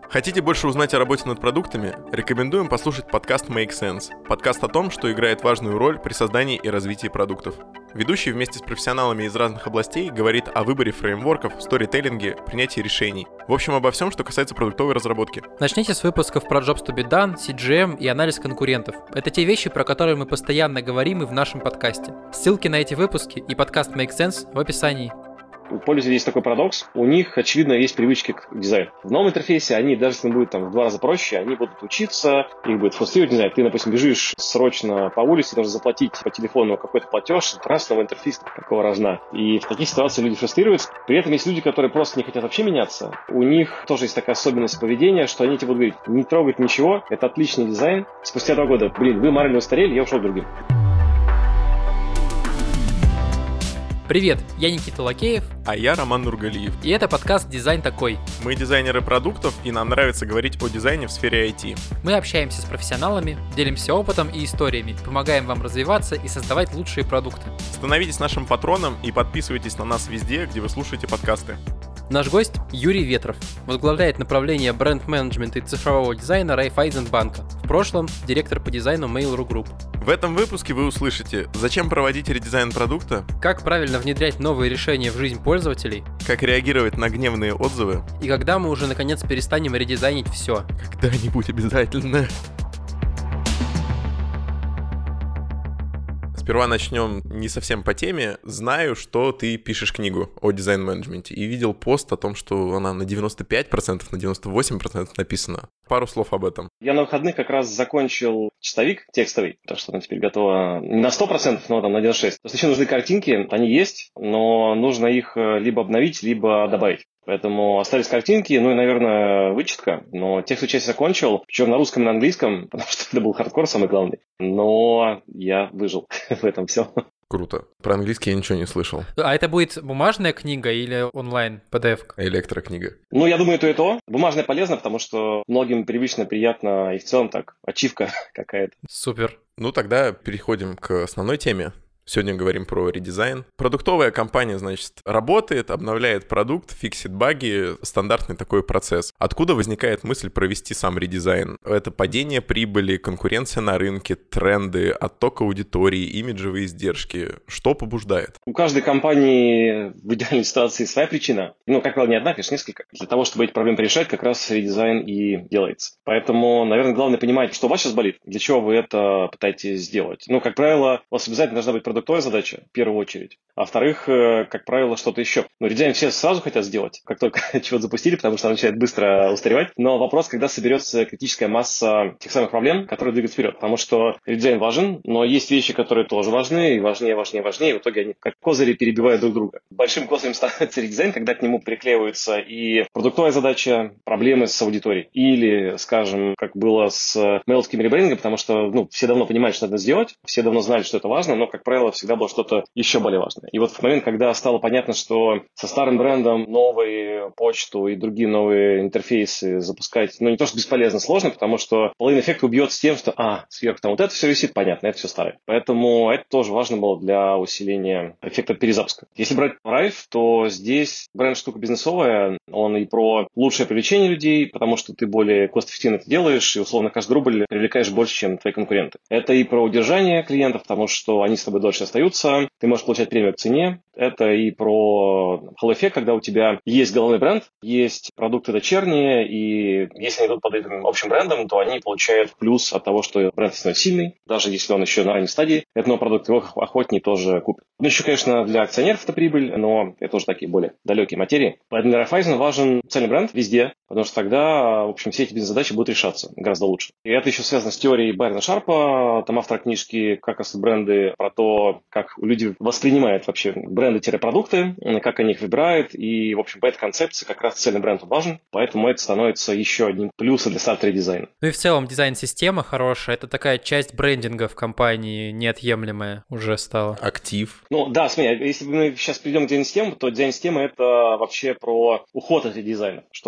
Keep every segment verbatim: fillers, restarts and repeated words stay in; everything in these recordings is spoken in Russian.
Хотите больше узнать о работе над продуктами? Рекомендуем послушать подкаст Make Sense. Подкаст о том, что играет важную роль при создании и развитии продуктов. Ведущий вместе с профессионалами из разных областей говорит о выборе фреймворков, сторителлинге, принятии решений. В общем, обо всем, что касается продуктовой разработки. Начните с выпусков про Jobs to be done, си джи эм и анализ конкурентов. Это те вещи, про которые мы постоянно говорим и в нашем подкасте. Ссылки на эти выпуски и подкаст Make Sense в описании. У пользователей есть такой парадокс, у них, очевидно, есть привычки к дизайну. В новом интерфейсе они, даже если будет там в два раза проще, они будут учиться, их будет фрустрировать, не знаю, ты, допустим, бежишь срочно по улице, нужно заплатить по телефону какой-то платеж, раз новый интерфейс, какого рожна. И в таких ситуациях люди фрустрируются. При этом есть люди, которые просто не хотят вообще меняться. У них тоже есть такая особенность поведения, что они тебе будут говорить, не трогать ничего, это отличный дизайн. Спустя два года, блин, вы морально устарели, я ушел к другим. Привет, я Никита Лакеев. А я Роман Нургалиев. И это подкаст «Дизайн такой». Мы дизайнеры продуктов, и нам нравится говорить о дизайне в сфере ай ти. Мы общаемся с профессионалами, делимся опытом и историями, помогаем вам развиваться и создавать лучшие продукты. Становитесь нашим патроном и подписывайтесь на нас везде, где вы слушаете подкасты. Наш гость Юрий Ветров, возглавляет направление бренд-менеджмента и цифрового дизайна Райфайзенбанка. В прошлом директор по дизайну Mail.ru Group. В этом выпуске вы услышите, зачем проводить редизайн продукта, как правильно внедрять новые решения в жизнь пользователей, как реагировать на гневные отзывы и когда мы уже наконец перестанем редизайнить все. Когда-нибудь обязательно. Сперва начнем не совсем по теме. Знаю, что ты пишешь книгу о дизайн-менеджменте и видел пост о том, что она на девяносто пять процентов, на девяносто восемь процентов написана. Пару слов об этом. Я на выходных как раз закончил чистовик текстовый, так что она теперь готова не на сто процентов, но там на девяносто шесть процентов. То есть еще нужны картинки, они есть, но нужно их либо обновить, либо добавить. Поэтому остались картинки, ну и, наверное, вычетка. Но текстовую часть закончил, причем на русском и на английском, потому что это был хардкор самый главный. Но я выжил в этом все. Круто. Про английский я ничего не слышал. А это будет бумажная книга или онлайн пи ди эф? Электрокнига. Ну, я думаю, то и то. Бумажная полезна, потому что многим привычно, приятно и в целом так, ачивка какая-то. Супер. Ну, тогда переходим к основной теме. Сегодня говорим про редизайн. Продуктовая компания, значит, работает, обновляет продукт, фиксит баги, стандартный такой процесс. Откуда возникает мысль провести сам редизайн? Это падение прибыли, конкуренция на рынке, тренды, отток аудитории, имиджевые издержки. Что побуждает? У каждой компании в идеальной ситуации своя причина. Ну, как правило, не одна, конечно, несколько. Для того, чтобы эти проблемы решать, как раз редизайн и делается. Поэтому, наверное, главное понимать, что у вас сейчас болит, для чего вы это пытаетесь сделать. Ну, как правило, у вас обязательно должна быть продуктовая задача, в первую очередь. А во-вторых, как правило, что-то еще. Ну, редизайн все сразу хотят сделать, как только чего-то запустили, потому что она начинает быстро устаревать. Но вопрос, когда соберется критическая масса тех самых проблем, которые двигают вперед. Потому что редизайн важен, но есть вещи, которые тоже важны, и важнее, важнее, важнее. И в итоге они как козыри перебивают друг друга. Большим козырем становится редизайн, когда к нему приклеиваются и продуктовая задача, проблемы с аудиторией. Или, скажем, как было с мейловским ребрендингом, потому что ну, все давно понимают, что надо сделать, все давно знали, что это важно, но, как правило, всегда было что-то еще более важное. И вот в момент, когда стало понятно, что со старым брендом новую почту и другие новые интерфейсы запускать, ну, не то, что бесполезно, сложно, потому что половина эффекта убьет с тем, что, а, сверху там вот это все висит, понятно, это все старое. Поэтому это тоже важно было для усиления эффекта перезапуска. Если брать Райф, то здесь бренд штука бизнесовая, он и про лучшее привлечение людей, потому что ты более кост-эффективно это делаешь, и, условно, каждый рубль привлекаешь больше, чем твои конкуренты. Это и про удержание клиентов, потому что они с тобой дольше остаются, ты можешь получать премию к цене. Это и про halo-эффект, когда у тебя есть головной бренд, есть продукты дочерние, и если они идут под этим общим брендом, то они получают плюс от того, что бренд становится сильный, даже если он еще на ранней стадии, этот новый продукт его охотнее тоже купят. Ну, еще, конечно, для акционеров это прибыль, но это уже такие более далекие материи. Поэтому для Райфайзена важен цельный бренд везде, потому что тогда, в общем, все эти бизнес-задачи будут решаться гораздо лучше. И это еще связано с теорией Байрона Шарпа, там автор книжки «Как растут бренды», про то, как люди воспринимают вообще бренды-продукты, как они их выбирают, и, в общем, по этой концепции как раз цельный бренд важен, поэтому это становится еще одним плюсом для старта редизайна. Ну и в целом дизайн-система хорошая, это такая часть брендинга в компании неотъемлемая уже стала. Актив. Ну да, смотри, если мы сейчас перейдем к дизайн-системе, то дизайн-система это вообще про уход от дизайна, чтобы их не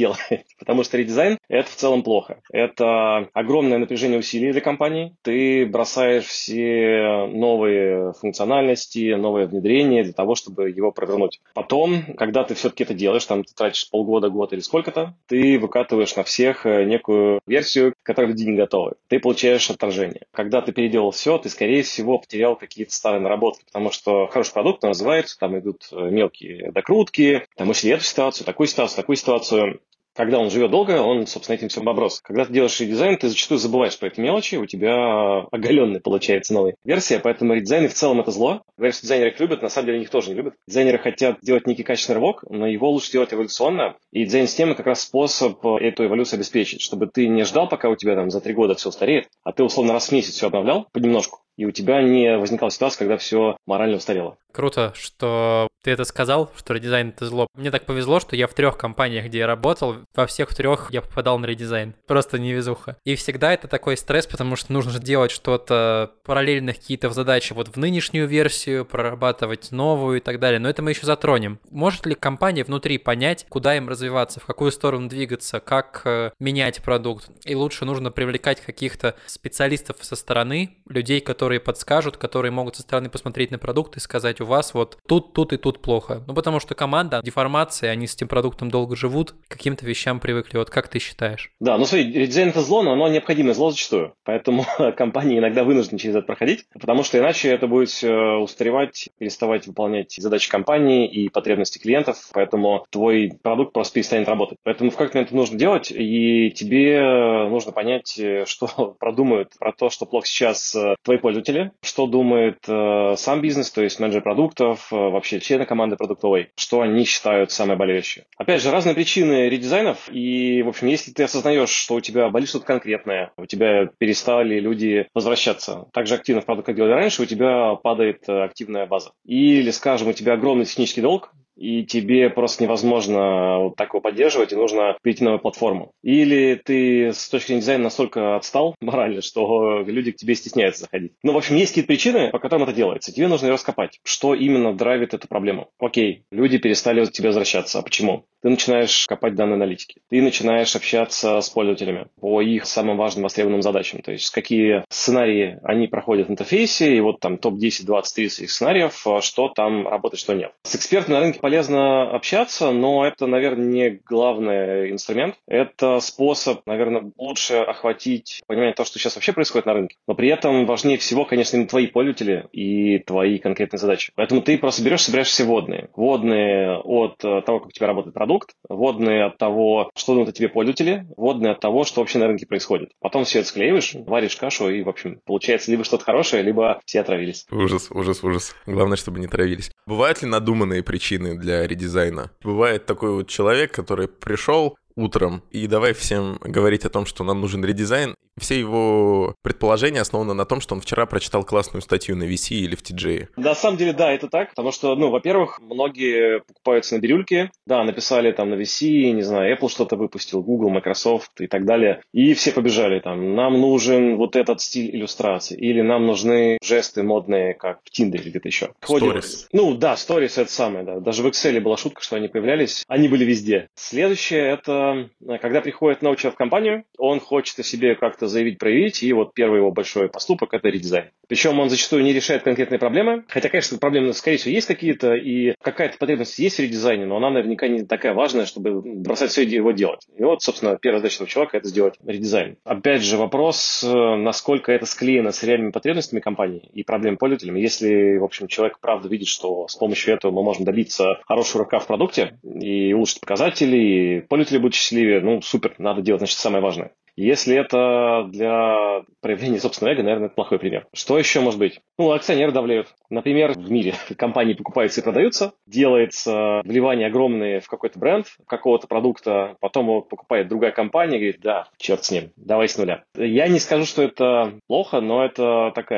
делает. Потому что редизайн – это в целом плохо. Это огромное напряжение усилий для компании. Ты бросаешь все новые функциональности, новые внедрения для того, чтобы его провернуть. Потом, когда ты все-таки это делаешь, там ты тратишь полгода, год или сколько-то, ты выкатываешь на всех некую версию, которая люди не готовы. Ты получаешь отторжение. Когда ты переделал все, ты, скорее всего, потерял какие-то старые наработки, потому что хороший продукт называется, там идут мелкие докрутки, там мысли эту ситуацию, такую ситуацию, такую ситуацию. Когда он живет долго, он, собственно, этим всем оброс. Когда ты делаешь редизайн, ты зачастую забываешь про эти мелочи, у тебя оголенная получается новая версия, поэтому редизайны в целом это зло. Говорят, что дизайнеры их любят, на самом деле их тоже не любят. Дизайнеры хотят делать некий качественный рывок, но его лучше делать эволюционно, и дизайн-система как раз способ эту эволюцию обеспечить, чтобы ты не ждал, пока у тебя там за три года все устареет, а ты условно раз в месяц все обновлял понемножку, и у тебя не возникала ситуация, когда все морально устарело. Круто, что ты это сказал, что редизайн — это зло. Мне так повезло, что я в трех компаниях, где я работал, во всех трех я попадал на редизайн. Просто невезуха. И всегда это такой стресс, потому что нужно же делать что-то, параллельно какие-то задачи вот в нынешнюю версию, прорабатывать новую и так далее. Но это мы еще затронем. Может ли компания внутри понять, куда им развиваться, в какую сторону двигаться, как э, менять продукт? И лучше нужно привлекать каких-то специалистов со стороны, людей, которые подскажут, которые могут со стороны посмотреть на продукт и сказать: у вас вот тут, тут и тут плохо. Ну, потому что команда, деформация, они с этим продуктом долго живут, к каким-то вещам привыкли. Вот как ты считаешь? Да, ну смотри, редизайн это зло, но оно необходимое зло зачастую. Поэтому компании иногда вынуждены через это проходить, потому что иначе это будет устаревать, переставать выполнять задачи компании и потребности клиентов, поэтому твой продукт просто перестанет работать. Поэтому в какой-то момент это нужно делать, и тебе нужно понять, что продумают про то, что плохо сейчас твои пользователи, что думает сам бизнес, то есть менеджер продуктов, вообще члены команды продуктовой, что они считают самое болеющее. Опять же, разные причины редизайнов, и, в общем, если ты осознаешь, что у тебя болит что-то конкретное, у тебя перестали люди возвращаться так же активно в продукт, как делали раньше, у тебя падает активная база. Или, скажем, у тебя огромный технический долг, и тебе просто невозможно вот так его поддерживать, и нужно перейти на новую платформу. Или ты с точки зрения дизайна настолько отстал морально, что люди к тебе стесняются заходить. Ну, в общем, есть какие-то причины, по которым это делается. Тебе нужно раскопать, что именно драйвит эту проблему. Окей, люди перестали к тебе возвращаться. А почему? Ты начинаешь копать данные аналитики. Ты начинаешь общаться с пользователями по их самым важным востребованным задачам. То есть, какие сценарии они проходят в интерфейсе, и вот там топ десять, двадцать, тридцать сценариев, что там работает, что нет. С экспертами на рынке полезно общаться, но это, наверное, не главный инструмент. Это способ, наверное, лучше охватить понимание того, что сейчас вообще происходит на рынке. Но при этом важнее всего, конечно, именно твои пользователи и твои конкретные задачи. Поэтому ты просто берешь, собираешь все вводные. Вводные от того, как у тебя работает продукт, вводные от того, что думают о тебе пользователи, вводные от того, что вообще на рынке происходит. Потом все это склеиваешь, варишь кашу, и, в общем, получается либо что-то хорошее, либо все отравились. Ужас, ужас, ужас. Главное, чтобы не травились. Бывают ли надуманные причины для редизайна? Бывает такой вот человек, который пришел утром и давай всем говорить о том, что нам нужен редизайн. Все его предположения основаны на том, что он вчера прочитал классную статью на ви си или в ти джей. На самом деле, да, это так, потому что, ну, во-первых, многие покупаются на бирюльке, да, написали там на ви си, не знаю, Apple что-то выпустил, Google, Microsoft и так далее, и все побежали там, нам нужен вот этот стиль иллюстрации, или нам нужны жесты модные, как в Tinder или где-то еще. Stories. Ну, да, Stories это самое, да, даже в Excel была шутка, что они появлялись, они были везде. Следующее, это когда приходит новый человек в компанию, он хочет о себе как-то заявить, проявить, и вот первый его большой поступок – это редизайн. Причем он зачастую не решает конкретные проблемы, хотя, конечно, проблемы, скорее всего, есть какие-то, и какая-то потребность есть в редизайне, но она наверняка не такая важная, чтобы бросать все его делать. И вот, собственно, первая задача этого человека – это сделать редизайн. Опять же, вопрос, насколько это склеено с реальными потребностями компании и проблемами пользователями. Если, в общем, человек правда видит, что с помощью этого мы можем добиться хорошего рывка в продукте и улучшить показатели, и пользователи будут счастливее, ну, супер, надо делать, значит, самое важное. Если это для проявления собственного эго, наверное, это плохой пример. Что еще может быть? Ну, акционеры давляют. Например, в мире компании покупаются и продаются, делается вливание огромное в какой-то бренд, какого-то продукта, потом его покупает другая компания, говорит, да, черт с ним, давай с нуля. Я не скажу, что это плохо, но это такая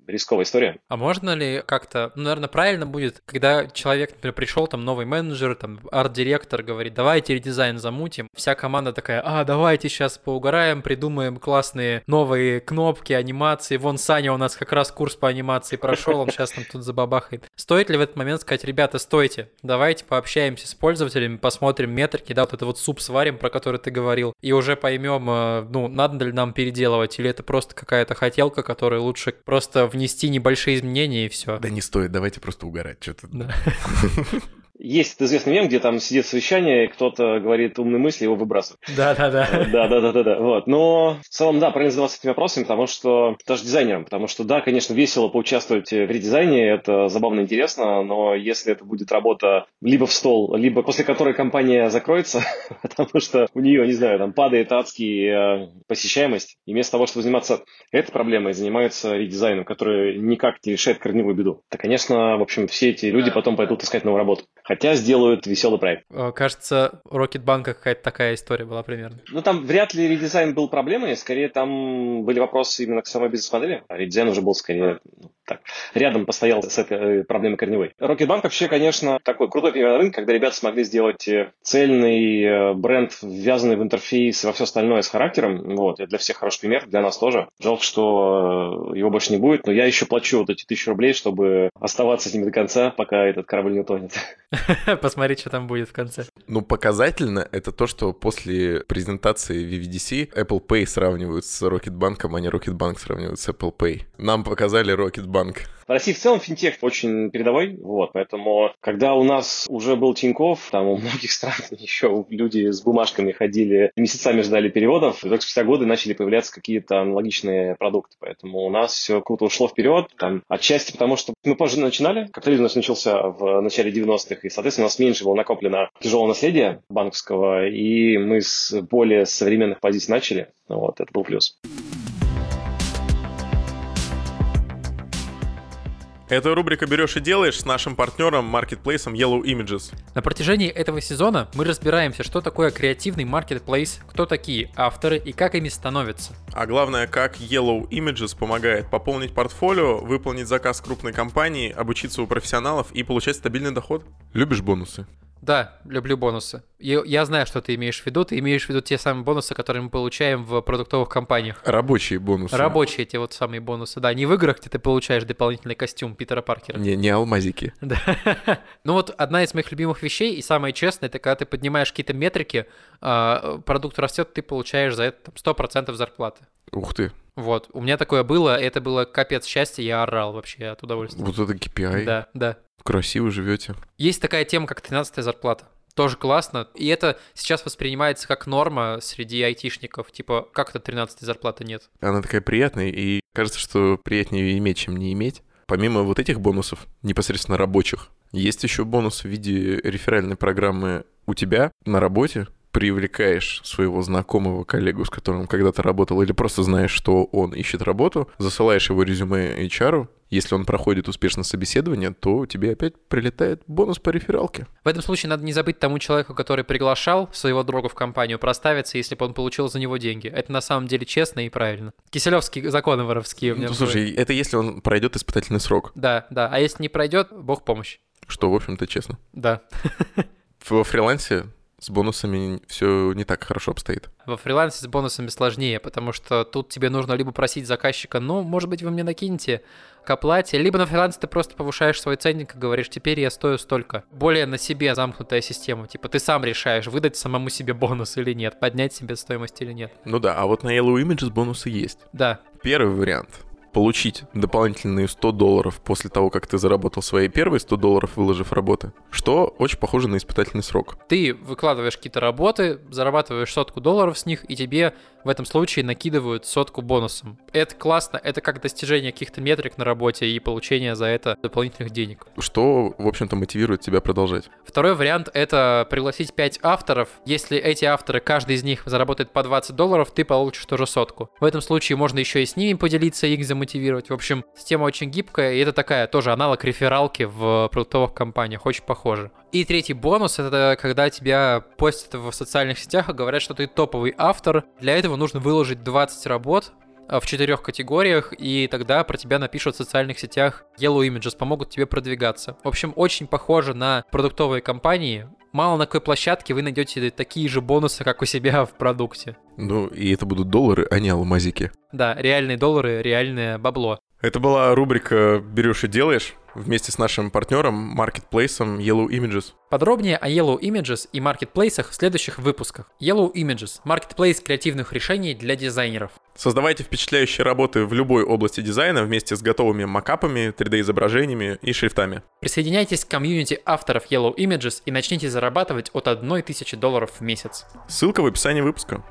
рисковая история. А можно ли как-то, ну, наверное, правильно будет, когда человек, например, пришел, там, новый менеджер, там, арт-директор говорит, давайте редизайн замутим, вся команда такая, а, давайте сейчас поугараем, придумаем классные новые кнопки, анимации, вон Саня у нас как раз курс по анимации прошел, он сейчас там тут забабахает. Стоит ли в этот момент сказать, ребята, стойте, давайте пообщаемся с пользователями, посмотрим метрики, да, вот это вот суп сварим, про который ты говорил, и уже поймем, ну, надо ли нам переделывать, или это просто какая-то хотелка, которую лучше просто внести небольшие изменения и все. Да не стоит, давайте просто угорать что-то. Да. Есть этот известный мем, где там сидит совещание, и кто-то говорит умные мысли, его выбрасывают. Да-да-да. Да-да-да-да. Вот. Но в целом, да, правильно задаваться этими вопросами, потому что даже дизайнерам, потому что, да, конечно, весело поучаствовать в редизайне, это забавно и интересно, но если это будет работа либо в стол, либо после которой компания закроется, потому что у нее, не знаю, там падает адский посещаемость, и вместо того, чтобы заниматься этой проблемой, занимаются редизайном, который никак не решает корневую беду, то, конечно, в общем, все эти люди потом пойдут искать новую работу. Хотя сделают веселый проект. Кажется, у Рокетбанка какая-то такая история была примерно. Ну, там вряд ли редизайн был проблемой, скорее там были вопросы именно к самой бизнес-модели, а редизайн уже был скорее, ну, так, рядом постоял с этой проблемой корневой. Рокетбанк вообще, конечно, такой крутой пример рынка, когда ребята смогли сделать цельный бренд, ввязанный в интерфейс и во все остальное с характером. Вот, это для всех хороший пример, для нас тоже. Жалко, что его больше не будет, но я еще плачу вот эти тысячу рублей, чтобы оставаться с ними до конца, пока этот корабль не утонет. Посмотреть, что там будет в конце. Ну, показательно это то, что после презентации ви ви ди си Apple Pay сравнивают с Рокетбанком, а не Рокетбанк сравнивают с Apple Pay. Нам показали Рокетбанк. В России в целом финтех очень передовой, вот, поэтому, когда у нас уже был Тинькофф, там у многих стран еще люди с бумажками ходили, месяцами ждали переводов, и только спустя годы начали появляться какие-то аналогичные продукты, поэтому у нас все круто ушло вперед, там, отчасти потому, что мы позже начинали, капитализм у нас начался в начале девяностых, и, соответственно, у нас меньше было накоплено тяжелого наследия банковского, и мы с более современных позиций начали, вот, это был плюс. Это рубрика «Берешь и делаешь» с нашим партнером, маркетплейсом Yellow Images. На протяжении этого сезона мы разбираемся, что такое креативный маркетплейс, кто такие авторы и как ими становятся. А главное, как Yellow Images помогает пополнить портфолио, выполнить заказ крупной компании, обучиться у профессионалов и получать стабильный доход. Любишь бонусы? Да, люблю бонусы. Я, я знаю, что ты имеешь в виду. Ты имеешь в виду те самые бонусы, которые мы получаем в продуктовых компаниях. Рабочие бонусы. Рабочие эти вот самые бонусы. Да, не в играх, где ты получаешь дополнительный костюм Питера Паркера. Не, не алмазики. Да. Ну вот одна из моих любимых вещей, и самая честная, это когда ты поднимаешь какие-то метрики, продукт растет, ты получаешь за это сто процентов зарплаты. Ух ты. Вот, у меня такое было, это было капец счастья, я орал вообще от удовольствия. Вот это кей пи ай. Да, да. Красиво живете. Есть такая тема, как тринадцатая зарплата. Тоже классно. И это сейчас воспринимается как норма среди айтишников. Типа, как это тринадцатой зарплаты нет? Она такая приятная, и кажется, что приятнее ее иметь, чем не иметь. Помимо вот этих бонусов, непосредственно рабочих, есть еще бонус в виде реферальной программы у тебя на работе. Привлекаешь своего знакомого коллегу, с которым когда-то работал, или просто знаешь, что он ищет работу, засылаешь его резюме эйч ар, если он проходит успешно собеседование, то тебе опять прилетает бонус по рефералке. В этом случае надо не забыть тому человеку, который приглашал своего друга в компанию, проставиться, если бы он получил за него деньги. Это на самом деле честно и правильно. Киселевские законы воровские у меня. Ну, слушай, это если он пройдет испытательный срок. Да, да. А если не пройдет, бог помощь. Что, в общем-то, честно. Да. Во фрилансе с бонусами все не так хорошо обстоит. Во фрилансе с бонусами сложнее, потому что тут тебе нужно либо просить заказчика, ну, может быть, вы мне накинете к оплате, либо на фрилансе ты просто повышаешь свой ценник и говоришь, теперь я стою столько. Более на себе замкнутая система, типа ты сам решаешь, выдать самому себе бонус или нет, поднять себе стоимость или нет. Ну да, а вот на Yellow Images бонусы есть. Да. Первый вариант — получить дополнительные сто долларов после того, как ты заработал свои первые сто долларов, выложив работы, что очень похоже на испытательный срок. Ты выкладываешь какие-то работы, зарабатываешь сотку долларов с них, и тебе в этом случае накидывают сотку бонусом. Это классно, это как достижение каких-то метрик на работе и получение за это дополнительных денег. Что, в общем-то, мотивирует тебя продолжать. Второй вариант — это пригласить пять авторов. Если эти авторы, каждый из них заработает по двадцать долларов, ты получишь тоже сотку. В этом случае можно еще и с ними поделиться, их замотивировать. В общем, система очень гибкая, и это такая тоже аналог рефералки в продуктовых компаниях, очень похоже. И третий бонус — это когда тебя постят в социальных сетях и говорят, что ты топовый автор. Для этого нужно выложить двадцать работ в четырех категориях, и тогда про тебя напишут в социальных сетях Yellow Images, помогут тебе продвигаться. В общем, очень похоже на продуктовые компании. Мало на какой площадке вы найдете такие же бонусы, как у себя в продукте. Ну, и это будут доллары, а не алмазики. Да, реальные доллары, реальное бабло. Это была рубрика «Берешь и делаешь» вместе с нашим партнером, маркетплейсом Yellow Images. Подробнее о Yellow Images и маркетплейсах в следующих выпусках. Yellow Images – маркетплейс креативных решений для дизайнеров. Создавайте впечатляющие работы в любой области дизайна вместе с готовыми макапами, три дэ-изображениями и шрифтами. Присоединяйтесь к комьюнити авторов Yellow Images и начните зарабатывать от одной тысячи долларов в месяц. Ссылка в описании выпуска.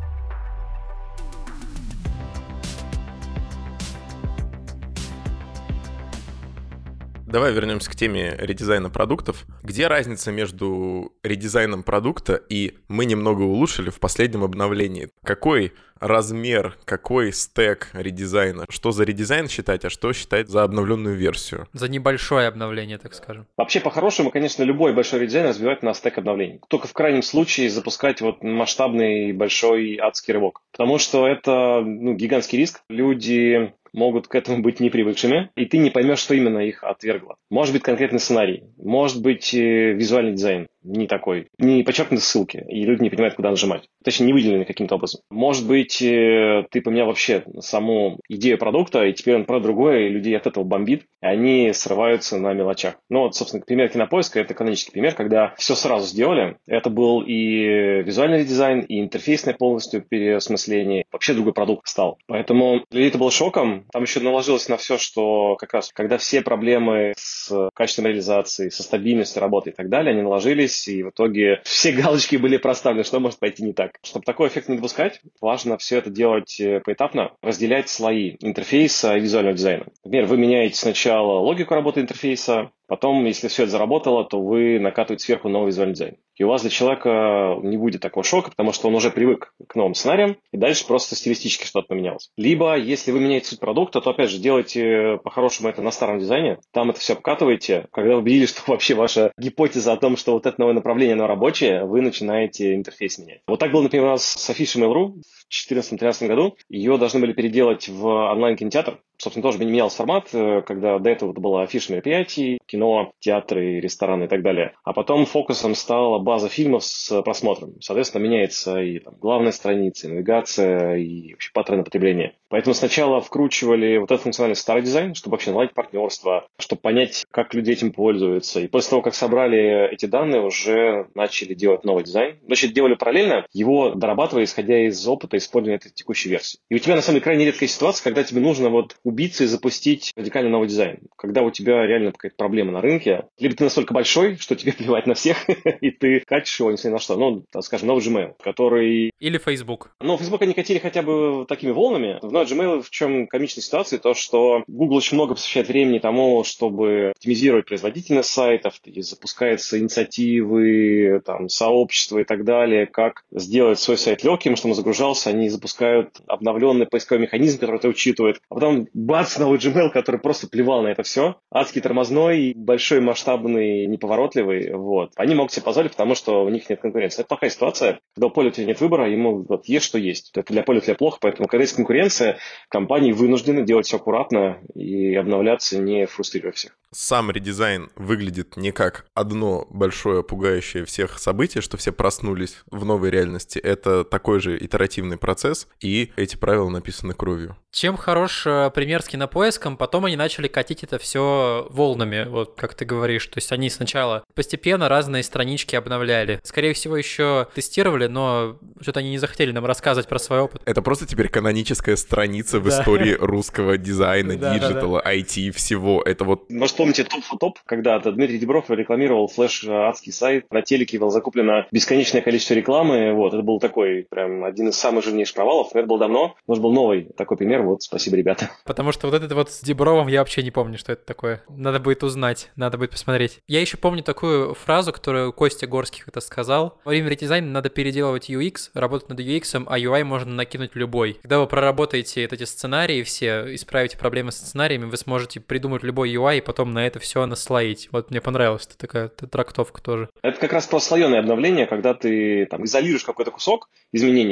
Давай вернемся к теме редизайна продуктов. Где разница между редизайном продукта и мы немного улучшили в последнем обновлении? Какой размер, какой стэк редизайна? Что за редизайн считать, а что считать за обновленную версию? За небольшое обновление, так скажем. Вообще, по-хорошему, конечно, любой большой редизайн разбивать на стэк обновлений. Только в крайнем случае запускать вот масштабный большой адский рывок. Потому что это ну, гигантский риск. Люди могут к этому быть непривыкшими, и ты не поймешь, что именно их отвергло. Может быть, конкретный сценарий, может быть, визуальный дизайн не такой, не подчеркнуты ссылки, и люди не понимают, куда нажимать. Точнее, не выделены каким-то образом. Может быть, ты поменял вообще саму идею продукта, и теперь он про другое, и людей от этого бомбит, и они срываются на мелочах. Ну вот, собственно, пример Кинопоиска — это канонический пример, когда все сразу сделали. Это был и визуальный редизайн, и интерфейсное полностью переосмысление. Вообще другой продукт стал. Поэтому для людей это было шоком. Там еще наложилось на все, что как раз, когда все проблемы с качеством реализации, со стабильностью работы и так далее, они наложились, и в итоге все галочки были проставлены, что может пойти не так. Чтобы такой эффект не допускать, важно все это делать поэтапно, разделять слои интерфейса и визуального дизайна. Например, вы меняете сначала логику работы интерфейса, потом, если все это заработало, то вы накатываете сверху новый визуальный дизайн. И у вас для человека не будет такого шока, потому что он уже привык к новым сценариям, и дальше просто стилистически что-то поменялось. Либо, если вы меняете суть продукта, то, опять же, делайте по-хорошему это на старом дизайне, там это все обкатываете. Когда вы убедились, что вообще ваша гипотеза о том, что вот это новое направление, оно рабочее, вы начинаете интерфейс менять. Вот так было, например, у нас с афишей Mail точка ру в две тысячи четырнадцатом-две тысячи тринадцатом году. Ее должны были переделать в онлайн-кинотеатр. Собственно, тоже менялся формат, когда до этого это было афиша мероприятий, кино, театры, рестораны и так далее. А потом фокусом стала база фильмов с просмотром. Соответственно, меняется и там, главная страница, и навигация, и вообще паттерны потребления. Поэтому сначала вкручивали вот этот функциональный старый дизайн, чтобы вообще наладить партнерство, чтобы понять, как люди этим пользуются. И после того, как собрали эти данные, уже начали делать новый дизайн. Значит, делали параллельно, его дорабатывая, исходя из опыта использования этой текущей версии. И у тебя, на самом деле, крайне редкая ситуация, когда тебе нужно вот убиться и запустить радикально новый дизайн. Когда у тебя реально какая-то проблема на рынке, либо ты настолько большой, что тебе плевать на всех, и ты катишь его, не на что. Ну, так скажем, новый Gmail, который... Или Facebook. Ну, Facebook они катили хотя бы такими волнами. В новый Gmail в чем комичная ситуация? То, что Google очень много посвящает времени тому, чтобы оптимизировать производительность сайтов, и запускаются инициативы, там, сообщества и так далее, как сделать свой сайт легким, чтобы он загружался. Они запускают обновленный поисковой механизм, который это учитывает. А потом бац, новый Gmail, который просто плевал на это все. Адский тормозной, большой, масштабный, неповоротливый. Вот. Они могут себе позволить, потому что у них нет конкуренции. Это плохая ситуация. Когда у пользователя нет выбора, ему вот есть, что есть. Это для пользователя плохо, поэтому, когда есть конкуренция, компании вынуждены делать все аккуратно и обновляться, не фрустрируя всех. Сам редизайн выглядит не как одно большое пугающее всех событие, что все проснулись в новой реальности. Это такой же итеративный процесс, и эти правила написаны кровью. Чем хорош пример с Кинопоиском, потом они начали катить это все волнами, вот как ты говоришь. То есть они сначала постепенно разные странички обновляли. Скорее всего, еще тестировали, но что-то они не захотели нам рассказывать про свой опыт. Это просто теперь каноническая страница в Да. истории русского дизайна, Да, да, диджитала, ай ти, всего. Это вот... Может, помните топ-фотоп, когда-то Дмитрий Дибров рекламировал флеш-адский сайт, на телеке было закуплено бесконечное количество рекламы, вот, это был такой прям один из самых жирнейших провалов, но это было давно, может, был новый такой пример, вот, спасибо, ребята. Потому что вот это вот с Дибровым я вообще не помню, что это такое. Надо будет узнать, надо будет посмотреть. Я еще помню такую фразу, которую Костя Горских это сказал. Во время редизайна надо переделывать ю экс, работать над ю экс, а ю ай можно накинуть любой. Когда вы проработаете эти сценарии все, исправите проблемы с сценариями, вы сможете придумать любой ю ай и потом на это все наслоить. Вот мне понравилась такая трактовка тоже. Это как раз про слоеное обновление, когда ты там изолируешь какой-то кусок изменений,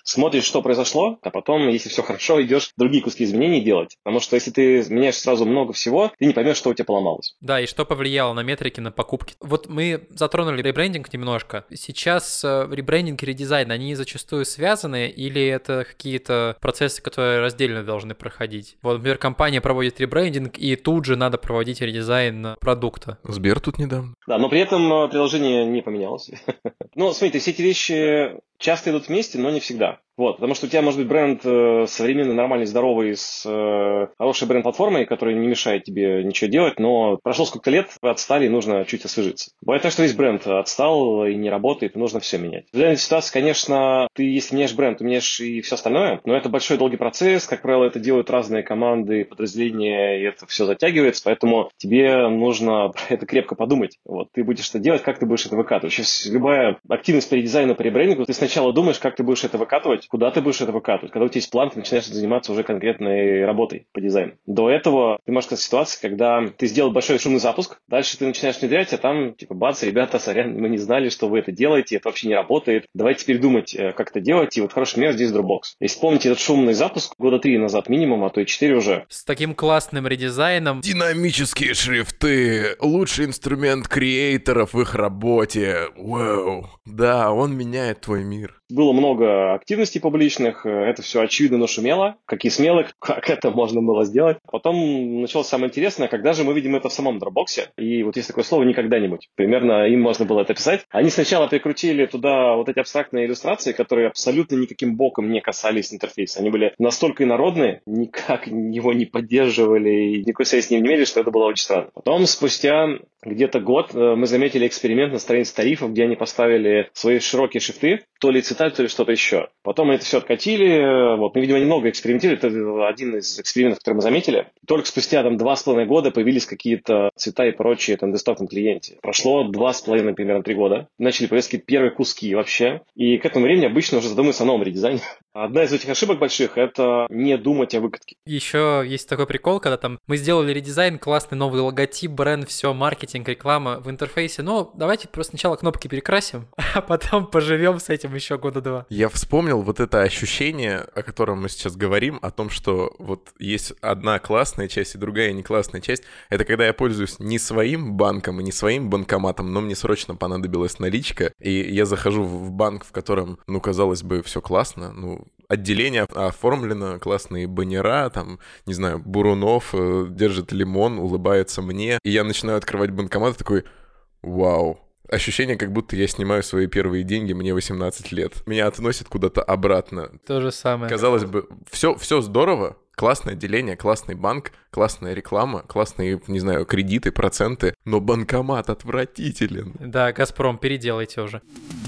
смотришь, что произошло, а потом, если все хорошо, идешь другие куски изменений делать. Потому что если ты меняешь сразу много всего, ты не поймешь, что у тебя поломалось. Да, и что повлияло на метрики, на покупки. Вот мы затронули ребрендинг немножко. Сейчас ребрендинг и редизайн, они зачастую связаны или это какие-то процессы, которые раздельно должны проходить? Вот, например, компания проводит ребрендинг, и тут же надо проводить редизайн продукта. Сбер тут недавно. Да, но при этом приложение не поменялось. Ну, смотрите, все эти вещи часто идут вместе, но не всегда. Вот, потому что у тебя может быть бренд э, современный, нормальный, здоровый, с э, хорошей бренд-платформой, которая не мешает тебе ничего делать, но прошло сколько-то лет, вы отстали, и нужно чуть освежиться. Бывает так, что весь бренд отстал и не работает, и нужно все менять. В данной ситуации, конечно, ты, если меняешь бренд, ты меняешь и все остальное, но это большой долгий процесс, как правило, это делают разные команды, подразделения, и это все затягивается, поэтому тебе нужно про это крепко подумать. Вот, ты будешь это делать, как ты будешь это выкатывать. Сейчас любая активность по редизайну, по ребрендингу, ты сначала думаешь, как ты будешь это выкатывать, куда ты будешь это выкатывать. Когда у тебя есть план, ты начинаешь заниматься уже конкретной работой по дизайну. До этого ты можешь сказать ситуация, когда ты сделал большой шумный запуск, дальше ты начинаешь внедрять, а там типа бац, ребята, сорян, мы не знали, что вы это делаете, это вообще не работает. Давайте теперь думать, как это делать. И вот хороший пример здесь Dropbox. Если помните этот шумный запуск года три назад минимум, а то и четыре уже. С таким классным редизайном. Динамические шрифты, лучший инструмент креаторов в их работе. Вау. Да, он меняет твой мир. Было много активностей публичных, это все очевидно, но шумело. Какие смелые, как это можно было сделать. Потом началось самое интересное, когда же мы видим это в самом Dropbox. И вот есть такое слово «никогда-нибудь». Примерно им можно было это писать. Они сначала прикрутили туда вот эти абстрактные иллюстрации, которые абсолютно никаким боком не касались интерфейса. Они были настолько инородные, никак его не поддерживали и никакой связи с ним не имели, что это было очень странно. Потом, спустя где-то год, мы заметили эксперимент на странице тарифов, где они поставили свои широкие шрифты, то ли цвета, то ли что-то еще. Потом мы это все откатили. Вот. Мы, видимо, немного экспериментировали. Это один из экспериментов, который мы заметили. Только спустя там, два с половиной года появились какие-то цвета и прочие там, в десктопном клиенте. Прошло два с половиной, примерно три года. Начали появляться какие-то первые куски вообще. И к этому времени обычно уже задумываются о новом редизайне. Одна из этих ошибок больших – это не думать о выкатке. Еще есть такой прикол, когда там мы сделали редизайн, классный новый логотип, бренд, все, маркетинг, реклама в интерфейсе. Ну, давайте просто сначала кнопки перекрасим, а потом поживем с этим еще года два. Я вспомнил вот это ощущение, о котором мы сейчас говорим, о том, что вот есть одна классная часть и другая не классная часть. Это когда я пользуюсь не своим банком и не своим банкоматом, но мне срочно понадобилась наличка, и я захожу в банк, в котором, ну, казалось бы, все классно, ну, отделение оформлено, классные баннера, там, не знаю, Бурунов э, держит лимон, улыбается мне, и я начинаю открывать банкомат и такой, вау. Ощущение, как будто я снимаю свои первые деньги, мне восемнадцать лет. Меня относят куда-то обратно. То же самое. Казалось бы, все, все здорово, классное отделение, классный банк, классная реклама, классные, не знаю, кредиты, проценты, но банкомат отвратителен. Да, Газпром, переделайте уже.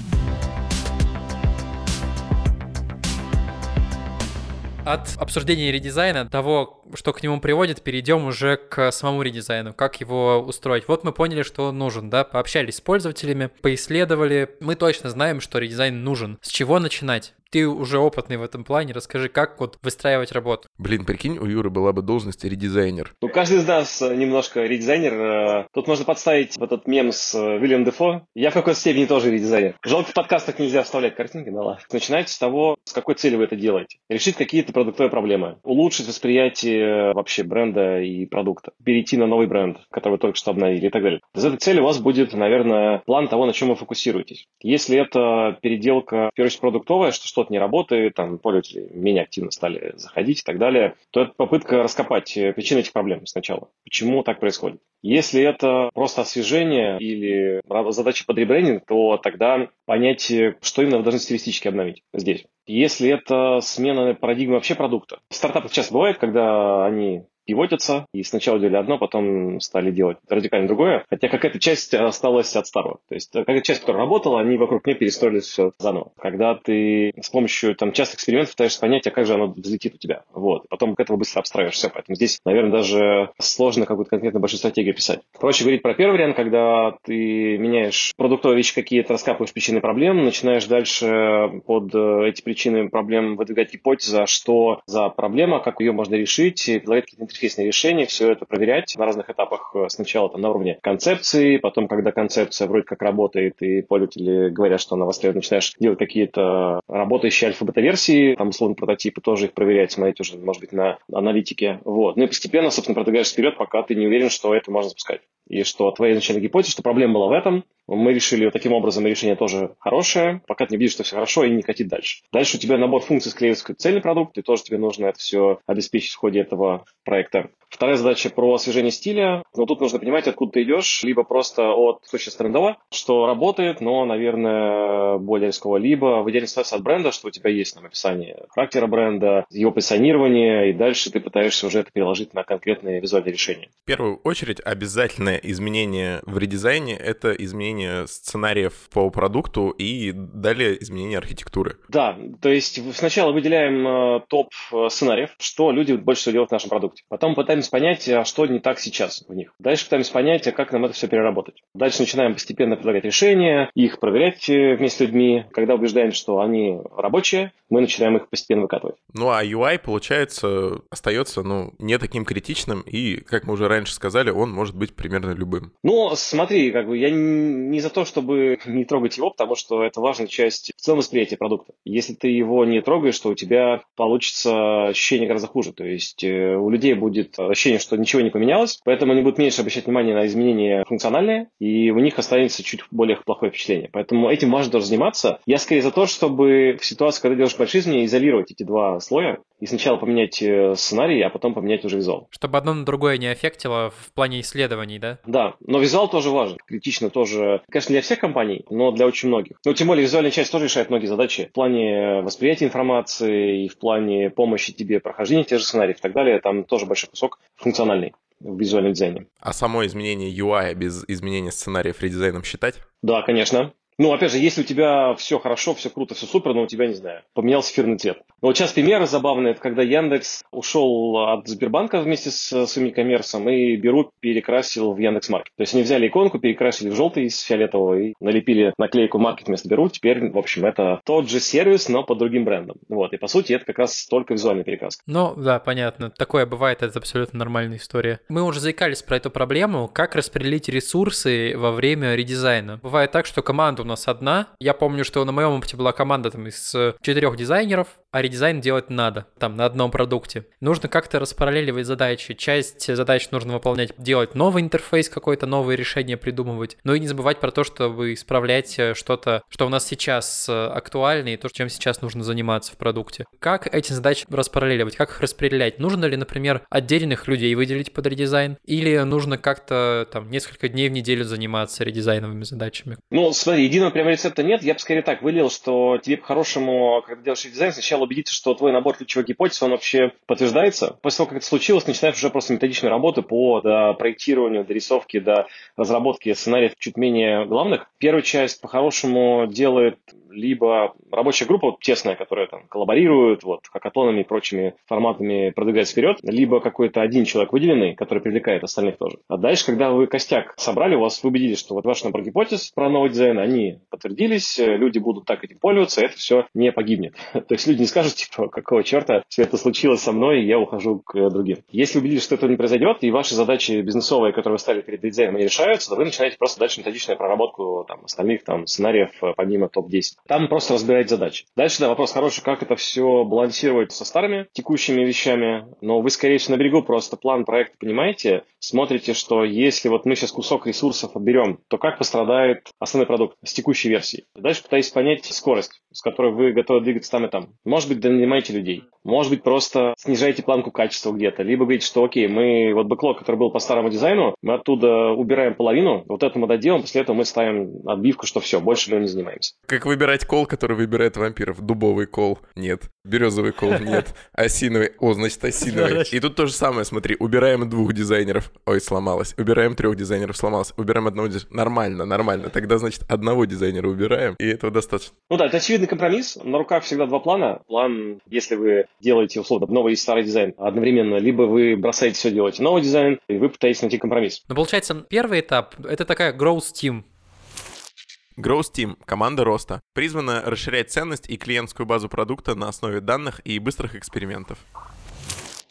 От обсуждения редизайна, того, что к нему приводит, перейдем уже к самому редизайну, как его устроить. Вот мы поняли, что он нужен, да, пообщались с пользователями, поисследовали. Мы точно знаем, что редизайн нужен. С чего начинать? Ты уже опытный в этом плане, расскажи, как вот выстраивать работу. Блин, прикинь, у Юры была бы должность редизайнер. Ну, каждый из нас немножко редизайнер. Тут можно подставить вот этот мем с Уильям Дефо. Я в какой-то степени тоже редизайнер. Жалко, в подкастах нельзя вставлять картинки, ну ладно. Начинайте с того, с какой целью вы это делаете. Решить какие-то продуктовые проблемы. Улучшить восприятие вообще бренда и продукта. Перейти на новый бренд, который вы только что обновили и так далее. Из этой цели у вас будет, наверное, план того, на чем вы фокусируетесь. Если это переделка, в первую очередь, продуктовая, что что-то не работает, там пользователи менее активно стали заходить и так далее, то это попытка раскопать причины этих проблем сначала. Почему так происходит? Если это просто освежение или задача под ребрендинг, то тогда понять, что именно вы должны стилистически обновить здесь. Если это смена парадигмы вообще продукта. В стартапах часто бывает, когда они пивотятся, и сначала делали одно, потом стали делать радикально другое, хотя какая-то часть осталась от старого. То есть какая-то часть, которая работала, они вокруг нее перестроили все заново. Когда ты с помощью там, частых экспериментов пытаешься понять, а как же оно взлетит у тебя. Вот. Потом к этому быстро абстраиваешь все. Поэтому здесь, наверное, даже сложно какую-то конкретно большую стратегию писать. Проще говорить про первый вариант, когда ты меняешь продуктовые вещи какие-то, раскапываешь причины проблем, начинаешь дальше под эти причины проблем выдвигать гипотезу, что за проблема, как ее можно решить, и предлагать какие-то интерфейсные решения, все это проверять на разных этапах. Сначала там, на уровне концепции, потом, когда концепция вроде как работает, и пользователи говорят, что она востребована, начинаешь делать какие-то работающие альфа-бета-версии, там, условно, прототипы, тоже их проверять, смотреть уже, может быть, на аналитике. Вот. Ну и постепенно, собственно, продвигаешься вперед, пока ты не уверен, что это можно запускать. И что твоя изначальная гипотеза, что проблема была в этом, мы решили таким образом, и решение тоже хорошее, пока ты не видишь, что все хорошо, и не катит дальше. Дальше у тебя набор функций склеивается в какой-то цельный продукт, и тоже тебе нужно это все обеспечить в ходе этого проекта. Вторая задача про освежение стиля. Но тут нужно понимать, откуда ты идешь, либо просто от точки трендового, что работает, но, наверное, более рисково, либо в идеальной ситуации от бренда, что у тебя есть там описание характера бренда, его позиционирование, и дальше ты пытаешься уже это переложить на конкретные визуальные решения. В первую очередь, обязательное изменение в редизайне — это изменение сценариев по продукту и далее изменение архитектуры. Да, то есть сначала выделяем э, топ сценариев, что люди больше всего делают в нашем продукте. Потом пытаемся понять, а что не так сейчас в них. Дальше пытаемся понять, а как нам это все переработать. Дальше начинаем постепенно предлагать решения, их проверять вместе с людьми. Когда убеждаемся, что они рабочие, мы начинаем их постепенно выкатывать. Ну а ю ай, получается, остается, ну, не таким критичным, и, как мы уже раньше сказали, он может быть примерно любым. Ну, смотри, как бы я не за то, чтобы не трогать его, потому что это важная часть в целом восприятия продукта. Если ты его не трогаешь, то у тебя получится ощущение гораздо хуже. То есть у людей будет ощущение, что ничего не поменялось, поэтому они будут меньше обращать внимание на изменения функциональные, и у них останется чуть более плохое впечатление. Поэтому этим важно тоже заниматься. Я скорее за то, чтобы в ситуации, когда делаешь большие изменения, изолировать эти два слоя и сначала поменять сценарий, а потом поменять уже визуал. Чтобы одно на другое не аффектило в плане исследований, да? Да, но визуал тоже важен. Критично тоже, конечно, для всех компаний, но для очень многих. Но тем более визуальная часть тоже решает многие задачи в плане восприятия информации и в плане помощи тебе прохождения тех же сценариев и так далее. Там тоже большой кусок функциональный в визуальном дизайне. А само изменение ю ай без изменения сценариев редизайном считать? Да, конечно. Ну, опять же, если у тебя все хорошо, все круто, все супер, но у тебя, не знаю, поменялся эфирный цвет. Но вот сейчас пример забавный, это когда Яндекс ушел от Сбербанка вместе с своим e-коммерсом и Беру перекрасил в Яндекс.Маркет. То есть они взяли иконку, перекрасили в желтый из фиолетового и налепили наклейку Маркет вместо Беру. Теперь, в общем, это тот же сервис, но под другим брендом. Вот, и по сути это как раз только визуальная перекраска. Ну, да, понятно. Такое бывает, это абсолютно нормальная история. Мы уже заикались про эту проблему, как распределить ресурсы во время редизайна. Бывает так, что команда у нас одна. Я помню, что на моем опыте была команда там из четырех дизайнеров, а редизайн делать надо, там, на одном продукте. Нужно как-то распараллеливать задачи. Часть задач нужно выполнять, делать новый интерфейс, какое-то новое решение придумывать. Но и не забывать про то, чтобы исправлять что-то, что у нас сейчас актуально, и то, чем сейчас нужно заниматься в продукте. Как эти задачи распараллеливать, как их распределять? Нужно ли, например, отдельных людей выделить под редизайн? Или нужно как-то там несколько дней в неделю заниматься редизайновыми задачами? Ну, смотри, единого прямо рецепта нет. Я бы скорее так выделил, что тебе по-хорошему, когда делаешь редизайн, сначала убедиться, что твой набор ключевых гипотез, он вообще подтверждается. После того, как это случилось, начинаешь уже просто методичную работу по до проектированию, до рисовки, до разработки сценариев чуть менее главных. Первую часть по-хорошему делает либо рабочая группа тесная, которая там коллаборирует, вот, хакатонами и прочими форматами продвигается вперед, либо какой-то один человек выделенный, который привлекает остальных тоже. А дальше, когда вы костяк собрали, у вас вы убедились, что вот ваш набор гипотез про новый дизайн, они подтвердились, люди будут так этим пользоваться, это все не погибнет. То есть люди не скажут, типа, какого черта все это случилось со мной, и я ухожу к другим. Если убедились, что этого не произойдет, и ваши задачи бизнесовые, которые вы ставили перед дизайном, не решаются, то вы начинаете просто дальше методичную проработку там, остальных там, сценариев помимо топ десять. Там просто разбирать задачи. Дальше, да, вопрос хороший, как это все балансировать со старыми текущими вещами, но вы, скорее всего, на берегу просто план проекта понимаете, смотрите, что если вот мы сейчас кусок ресурсов отберем, то как пострадает основной продукт с текущей версии. Дальше пытаетесь понять скорость, с которой вы готовы двигаться там и там. Может быть, нанимаете людей. Может быть, просто снижаете планку качества где-то. Либо говорите, что окей, мы вот бэклог, который был по старому дизайну, мы оттуда убираем половину, вот это мы доделаем, после этого мы ставим отбивку, что все, больше мы не занимаемся. Как выбирать кол, который выбирает вампиров? Дубовый кол? Нет. Березовый кол? Нет. Осиновый? О, значит, осиновый. И тут то же самое, смотри, убираем двух дизайнеров. Ой, сломалось. Убираем трех дизайнеров, сломалось. Убираем одного дизайнера. Нормально, нормально. Тогда, значит, одного дизайнера убираем, и этого достаточно. Ну да, это очевидный компромисс. На руках всегда два плана. План, если вы делаете, условно, новый и старый дизайн одновременно, либо вы бросаете все, делаете новый дизайн, и вы пытаетесь найти компромисс. Но получается, первый этап — это такая growth team. Growth Team – команда роста. Призвана расширять ценность и клиентскую базу продукта на основе данных и быстрых экспериментов.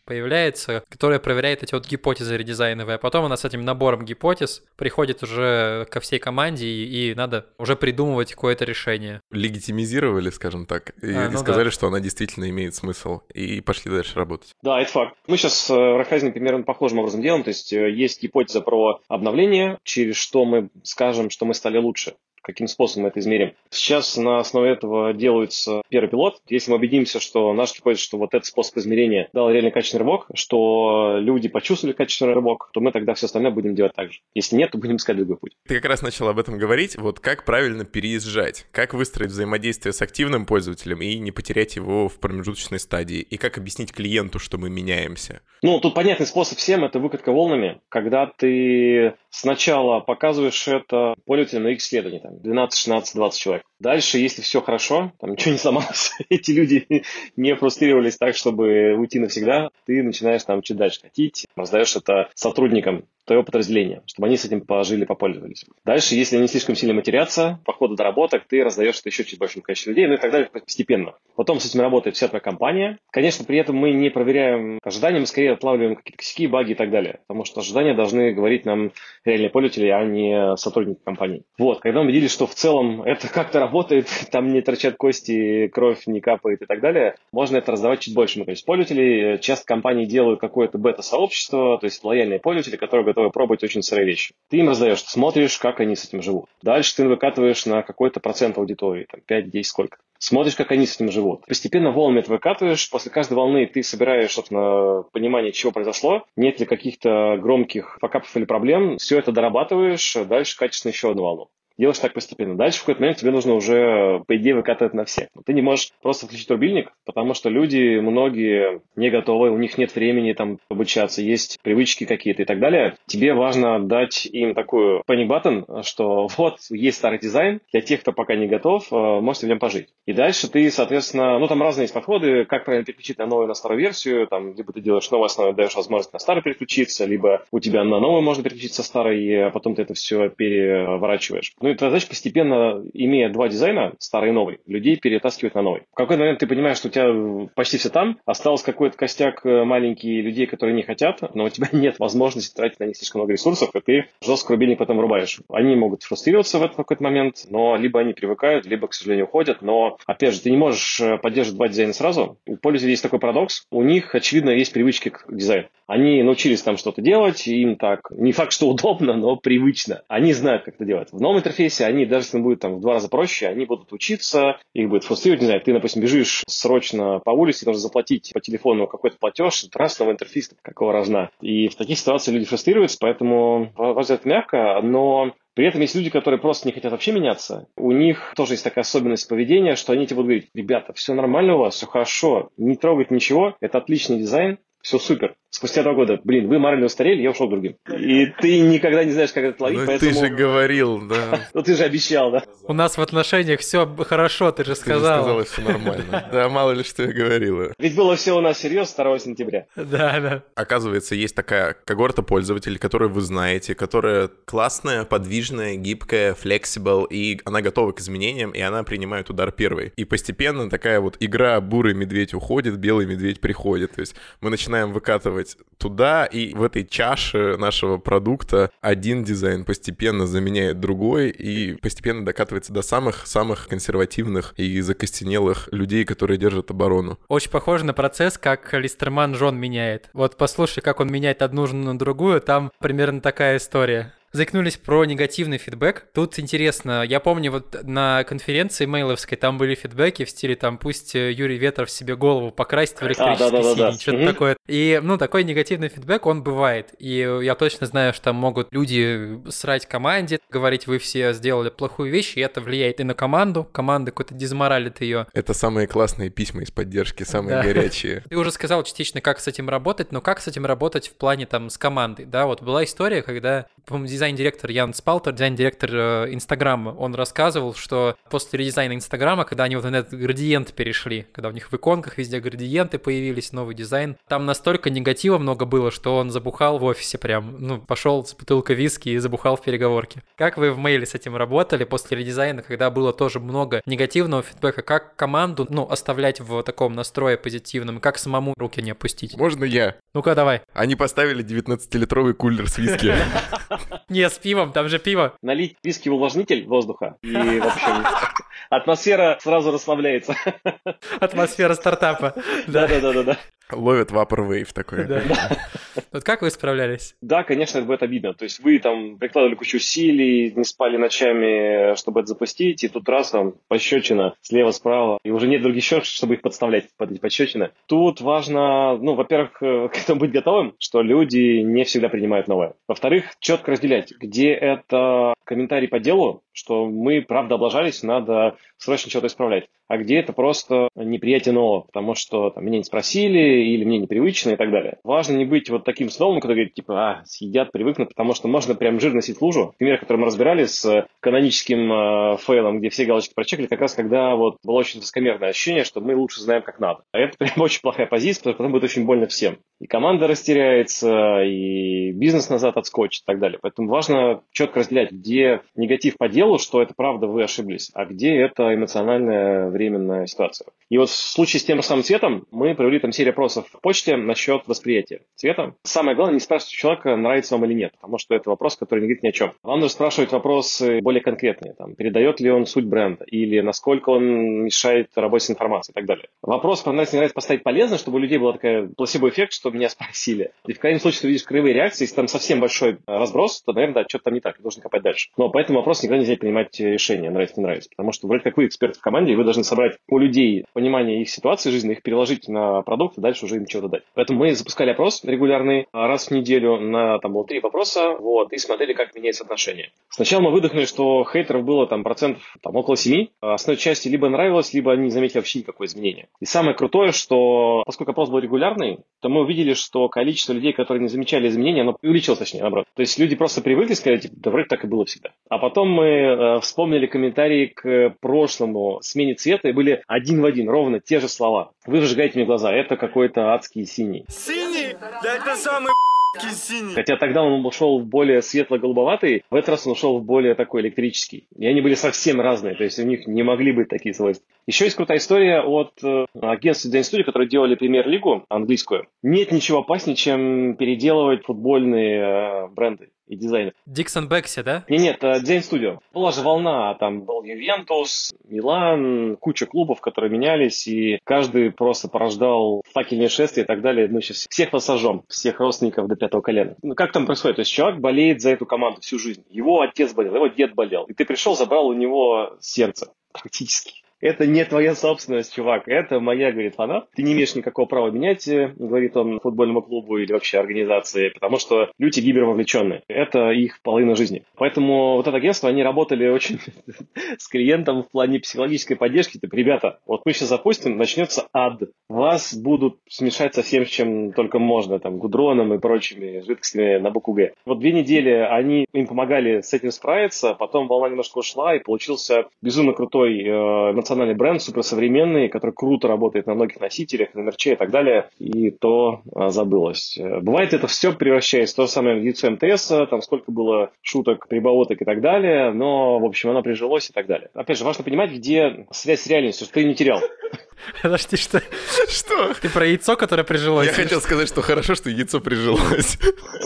появляется, которая проверяет эти вот гипотезы редизайновые, а потом она с этим набором гипотез приходит уже ко всей команде, и, и надо уже придумывать какое-то решение. Легитимизировали, скажем так, и, а, ну и сказали, да. что она действительно имеет смысл, и пошли дальше работать. Да, это факт. Мы сейчас в Raiffeisen примерно похожим образом делаем, то есть есть гипотеза про обновление, через что мы скажем, что мы стали лучше. Каким способом мы это измерим. Сейчас на основе этого делается первый пилот. Если мы убедимся, что наш гипотез, что вот этот способ измерения дал реально качественный рывок, что люди почувствовали качественный рывок, то мы тогда все остальное будем делать так же. Если нет, то будем искать другой путь. Ты как раз начал об этом говорить. Вот как правильно переезжать? Как выстроить взаимодействие с активным пользователем и не потерять его в промежуточной стадии? И как объяснить клиенту, что мы меняемся? Ну, тут понятный способ всем — это выкатка волнами. Когда ты сначала показываешь это пользователям на их исследовании, там, двенадцать, шестнадцать, двадцать человек. Дальше, если все хорошо, там ничего не сломалось, эти люди не фрустрировались так, чтобы уйти навсегда, ты начинаешь там чуть дальше катить, раздаешь это сотрудникам твоего подразделения, чтобы они с этим пожили, попользовались. Дальше, если они слишком сильно матерятся, по ходу доработок, ты раздаешь это еще чуть большему количеству людей, ну и так далее постепенно. Потом с этим работает вся твоя компания. Конечно, при этом мы не проверяем ожидания, мы скорее отлавливаем какие-то косяки, баги и так далее, потому что ожидания должны говорить нам реальные пользователи, а не сотрудники компании. Вот, когда мы убедились, что в целом это как-то работает, там не торчат кости, кровь не капает и так далее, можно это раздавать чуть большему количеству пользователей. Часто компании делают какое-то бета-сообщество, то есть лояльные пользователи, которые готовы пробовать очень сырые вещи. Ты им раздаешь, ты смотришь, как они с этим живут. Дальше ты выкатываешь на какой-то процент аудитории, там пять, десять, сколько. Смотришь, как они с этим живут. Постепенно волнами это выкатываешь. После каждой волны ты собираешь, собственно, понимание, чего произошло. Нет ли каких-то громких факапов или проблем. Все это дорабатываешь. Дальше качественно еще одну волну. Делаешь так постепенно. Дальше в какой-то момент тебе нужно уже, по идее, выкатывать на всех. Ты не можешь просто включить рубильник, потому что люди, многие не готовы, у них нет времени там обучаться, есть привычки какие-то и так далее. Тебе важно дать им такую panic button, что вот есть старый дизайн, для тех, кто пока не готов, можете в нем пожить. И дальше ты, соответственно, ну там разные есть подходы, как правильно переключить на новую, на старую версию, там, либо ты делаешь новую основу, даешь возможность на старую переключиться, либо у тебя на новую можно переключиться старой, а потом ты это все переворачиваешь. Ну и твоя задача постепенно, имея два дизайна, старый и новый, людей перетаскивать на новый. В какой-то момент ты понимаешь, что у тебя почти все там, остался какой-то костяк маленький людей, которые не хотят, но у тебя нет возможности тратить на них слишком много ресурсов, и ты жестко рубильник потом врубаешь. Они могут фрустрироваться в этот какой-то момент, но либо они привыкают, либо, к сожалению, уходят. Но, опять же, ты не можешь поддерживать два дизайна сразу. У пользователей есть такой парадокс. У них, очевидно, есть привычки к дизайну. Они научились там что-то делать, и им так, не факт, что удобно, но привычно. Они знают, как это делать. В новом интерфейсе они, даже если им будет там в два раза проще, они будут учиться, их будет фрустрировать. Не знаю, ты, допустим, бежишь срочно по улице, нужно заплатить по телефону какой-то платеж, раз новый интерфейс, какого рожна. И в таких ситуациях люди фрустрируются, поэтому важно это мягко, но при этом есть люди, которые просто не хотят вообще меняться. У них тоже есть такая особенность поведения, что они тебе будут говорить: ребята, все нормально у вас, все хорошо, не трогать ничего, это отличный дизайн, все супер. Спустя два года, блин, вы морально устарели, я ушел к другим. И ты никогда не знаешь, как это ловить, ну, поэтому... ты же говорил, да. Ну ты же обещал, да. У нас в отношениях все хорошо, ты же сказал. Ты же сказала, все нормально. Да, мало ли что я говорила. Ведь было все у нас серьезно второго сентября. Да, да. Оказывается, есть такая когорта пользователей, которую вы знаете, которая классная, подвижная, гибкая, flexible, и она готова к изменениям, и она принимает удар первой. И постепенно такая вот игра бурый медведь уходит, белый медведь приходит. То есть мы начинаем выкатывать туда, и в этой чаше нашего продукта один дизайн постепенно заменяет другой и постепенно докатывается до самых-самых консервативных и закостенелых людей, которые держат оборону. Очень похоже на процесс, как Листерман жен меняет. Вот послушай, как он меняет одну жену на другую, там примерно такая история. Заикнулись про негативный фидбэк. Тут интересно, я помню, вот на конференции мейловской там были фидбэки в стиле там «пусть Юрий Ветров себе голову покрасит в электрический а, да, да, синий», да, да. что-то угу. такое. И, ну, такой негативный фидбэк, он бывает. И я точно знаю, что там могут люди срать команде, говорить: вы все сделали плохую вещь, и это влияет и на команду. Команда какой-то дезморалит ее. Это самые классные письма из поддержки, самые да. горячие. Ты уже сказал частично, как с этим работать, но как с этим работать в плане там с командой, да? Вот была история, когда, по-моему, дизайн-директор Ян Спалтер, дизайн-директор Инстаграма, он рассказывал, что после редизайна Инстаграма, когда они вот на этот градиент перешли, когда у них в иконках везде градиенты появились, новый дизайн, там настолько негатива много было, что он забухал в офисе прям, ну, пошел с бутылкой виски и забухал в переговорке. Как вы в мейле с этим работали после редизайна, когда было тоже много негативного фидбэка? Как команду, ну, оставлять в таком настрое позитивном, как самому руки не опустить? Можно я? Ну-ка, давай. Они поставили девятнадцатилитровый кулер с виски. Не, с пивом, там же пиво. Налить виски в увлажнитель воздуха, и, в общем, атмосфера сразу расслабляется. Атмосфера стартапа. Да-да-да-да. Ловят Vaporwave такой. Да. Вот как вы справлялись? Да, конечно, это будет обидно. То есть вы там прикладывали кучу усилий, не спали ночами, чтобы это запустить, и тут раз вам пощечина слева-справа, и уже нет других счетов, чтобы их подставлять под эти пощечины. Тут важно, ну, во-первых, к этому быть готовым, что люди не всегда принимают новое. Во-вторых, четко разделять, где это комментарий по делу, что мы, правда, облажались, надо срочно что-то исправлять. А где это просто неприятие нового, потому что там, меня не спросили, или мне непривычно и так далее. Важно не быть вот таким сновым, который говорит, типа, а, съедят, привыкнут, потому что можно прям жир носить в лужу. Пример, который мы разбирали с каноническим э, фейлом, где все галочки прочекали, как раз когда вот было очень высокомерное ощущение, что мы лучше знаем, как надо. А это прям очень плохая позиция, потому что потом будет очень больно всем. И команда растеряется, и бизнес назад отскочит и так далее. Поэтому важно четко разделять, где негатив по делу, что это правда вы ошиблись, а где это эмоциональная временная ситуация. И вот в случае с тем же самым цветом мы провели там серию опросов в почте насчет восприятия цвета. Самое главное, не спрашивать у человека, нравится вам или нет, потому что это вопрос, который не говорит ни о чем. Вам нужно спрашивать вопросы более конкретные. Там, передает ли он суть бренда, или насколько он мешает работе с информацией и так далее. Вопрос про нравится, не нравится поставить полезно, чтобы у людей был такой плацебо-эффект, что меня спросили. И в крайнем случае, ты видишь краевые реакции, если там совсем большой разброс, то, наверное, да, что-то там не так, нужно копать дальше. Но по этому вопросу никогда нельзя принимать решение, нравится, не нравится. Потому что вроде как вы эксперт в команде, и вы должны собрать у людей понимание их ситуации жизни, их переложить на продукт, и дальше уже им чего-то дать. Поэтому мы запускали опрос регулярный раз в неделю, на там было три вопроса, вот, и смотрели, как меняется отношение. Сначала мы выдохнули, что хейтеров было там процентов там, около семи. Основной части либо нравилось, либо они не заметили вообще никакого изменения. И самое крутое, что поскольку опрос был регулярный, то мы увидели, что количество людей, которые не замечали изменения, оно увеличилось, точнее, наоборот. То есть люди просто привыкли сказать, типа, да вроде так и было всегда. А потом мы э, вспомнили комментарии к прошлому смене цвета, и были один в один, ровно те же слова. Вы выжигаете мне глаза, это какой-то адский синий. Синий? Да это самый синий. Хотя тогда он ушел в более светло-голубоватый, в этот раз он ушел в более такой электрический. И они были совсем разные, то есть у них не могли быть такие свойства. Еще есть крутая история от э, агентства Design Studio, которые делали премьер-лигу английскую. Нет ничего опаснее, чем переделывать футбольные э, бренды и дизайны. Диксон Бекси, да? Нет, нет, Design Studio. Была же волна, там был Ювентус, Милан, куча клубов, которые менялись, и каждый просто порождал факельные шествия и так далее. Мы сейчас всех посажем, всех родственников до пятого колена. Ну, как там происходит? То есть человек болеет за эту команду всю жизнь. Его отец болел, его дед болел. И ты пришел, забрал у него сердце. Практически. Это не твоя собственность, чувак, это моя, говорит, фанат. Ты не имеешь никакого права менять, говорит он, футбольному клубу или вообще организации, потому что люди гипервовлеченные. Это их половина жизни. Поэтому вот это агентство, они работали очень с клиентом в плане психологической поддержки. Типа, ребята, вот мы сейчас запустим, начнется ад. Вас будут смешать со всем, чем только можно, там, гудроном и прочими жидкостями на букву Г. Вот две недели они им помогали с этим справиться, потом волна немножко ушла, и получился безумно крутой э, национальный бренд, суперсовременный, который круто работает на многих носителях, на мерче и так далее, и то а, забылось. Бывает, это все превращается в то же самое яйцо МТС, там сколько было шуток, прибауток и так далее, но, в общем, оно прижилось и так далее. Опять же, важно понимать, где связь с реальностью, что ты не терял. Подожди, что? Что? Ты про яйцо, которое прижилось? Я хотел сказать, что хорошо, что яйцо прижилось.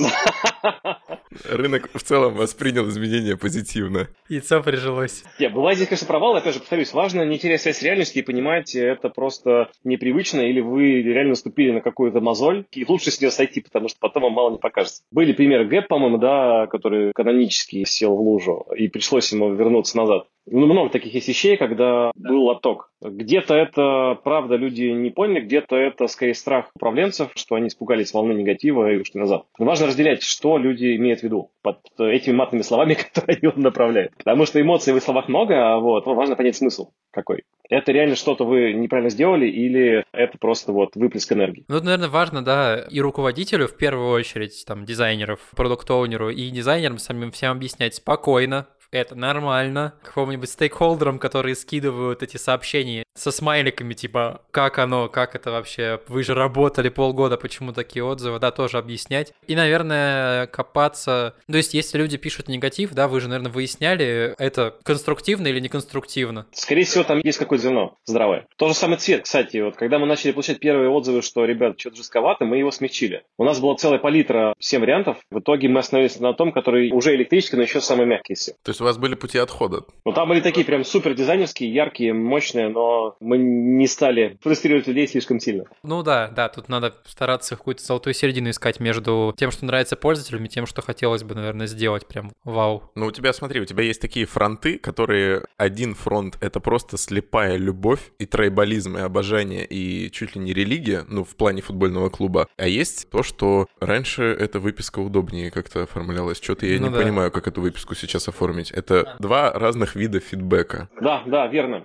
Рынок в целом воспринял изменения позитивно. Яйцо прижилось. Нет, бывает здесь, конечно, провал. Опять же, повторюсь, важно не терять связь с реальностью и понимать, это просто непривычно, или вы реально наступили на какую-то мозоль, и лучше с нее сойти, потому что потом вам мало не покажется. Были примеры Гэп, по-моему, да, который канонически сел в лужу, и пришлось ему вернуться назад. Ну, много таких есть вещей, когда был отток. Где-то это, правда, люди не поняли, где-то это, скорее, страх управленцев, что они испугались волны негатива и ушли назад. Но важно разделять, что люди имеют в виду под этими матными словами, которые они вам направляют. Потому что эмоций в их словах много, а вот, ну, важно понять смысл какой. Это реально что-то вы неправильно сделали или это просто вот выплеск энергии? Ну, это, наверное, важно, да, и руководителю, в первую очередь, там, дизайнеров, продукт-оунеру и дизайнерам самим всем объяснять спокойно, это нормально. Какому-нибудь стейкхолдерам, которые скидывают эти сообщения со смайликами, типа, как оно, как это вообще, вы же работали полгода, почему такие отзывы, да, тоже объяснять. И, наверное, копаться... То есть, если люди пишут негатив, да, вы же, наверное, выясняли, это конструктивно или неконструктивно. Скорее всего, там есть какое-то зерно здравое. То же самое цвет, кстати, вот когда мы начали получать первые отзывы, что, ребят, что-то жестковато, мы его смягчили. У нас была целая палитра, семь вариантов, в итоге мы остановились на том, который уже электрический, но еще самый мягкий. То есть у вас были пути отхода? Ну, там были такие прям супер дизайнерские, яркие, мощные, но мы не стали фрустрировать людей слишком сильно. Ну да, да, тут надо стараться какую-то золотую середину искать между тем, что нравится пользователям, и тем, что хотелось бы, наверное, сделать прям вау. Ну, у тебя, смотри, у тебя есть такие фронты, которые один фронт — это просто слепая любовь и трайбализм, и обожание, и чуть ли не религия, ну, в плане футбольного клуба. А есть то, что раньше эта выписка удобнее как-то оформлялась. Что-то я ну не да. понимаю, как эту выписку сейчас оформить. Это два разных вида фидбэка. Да, да, верно.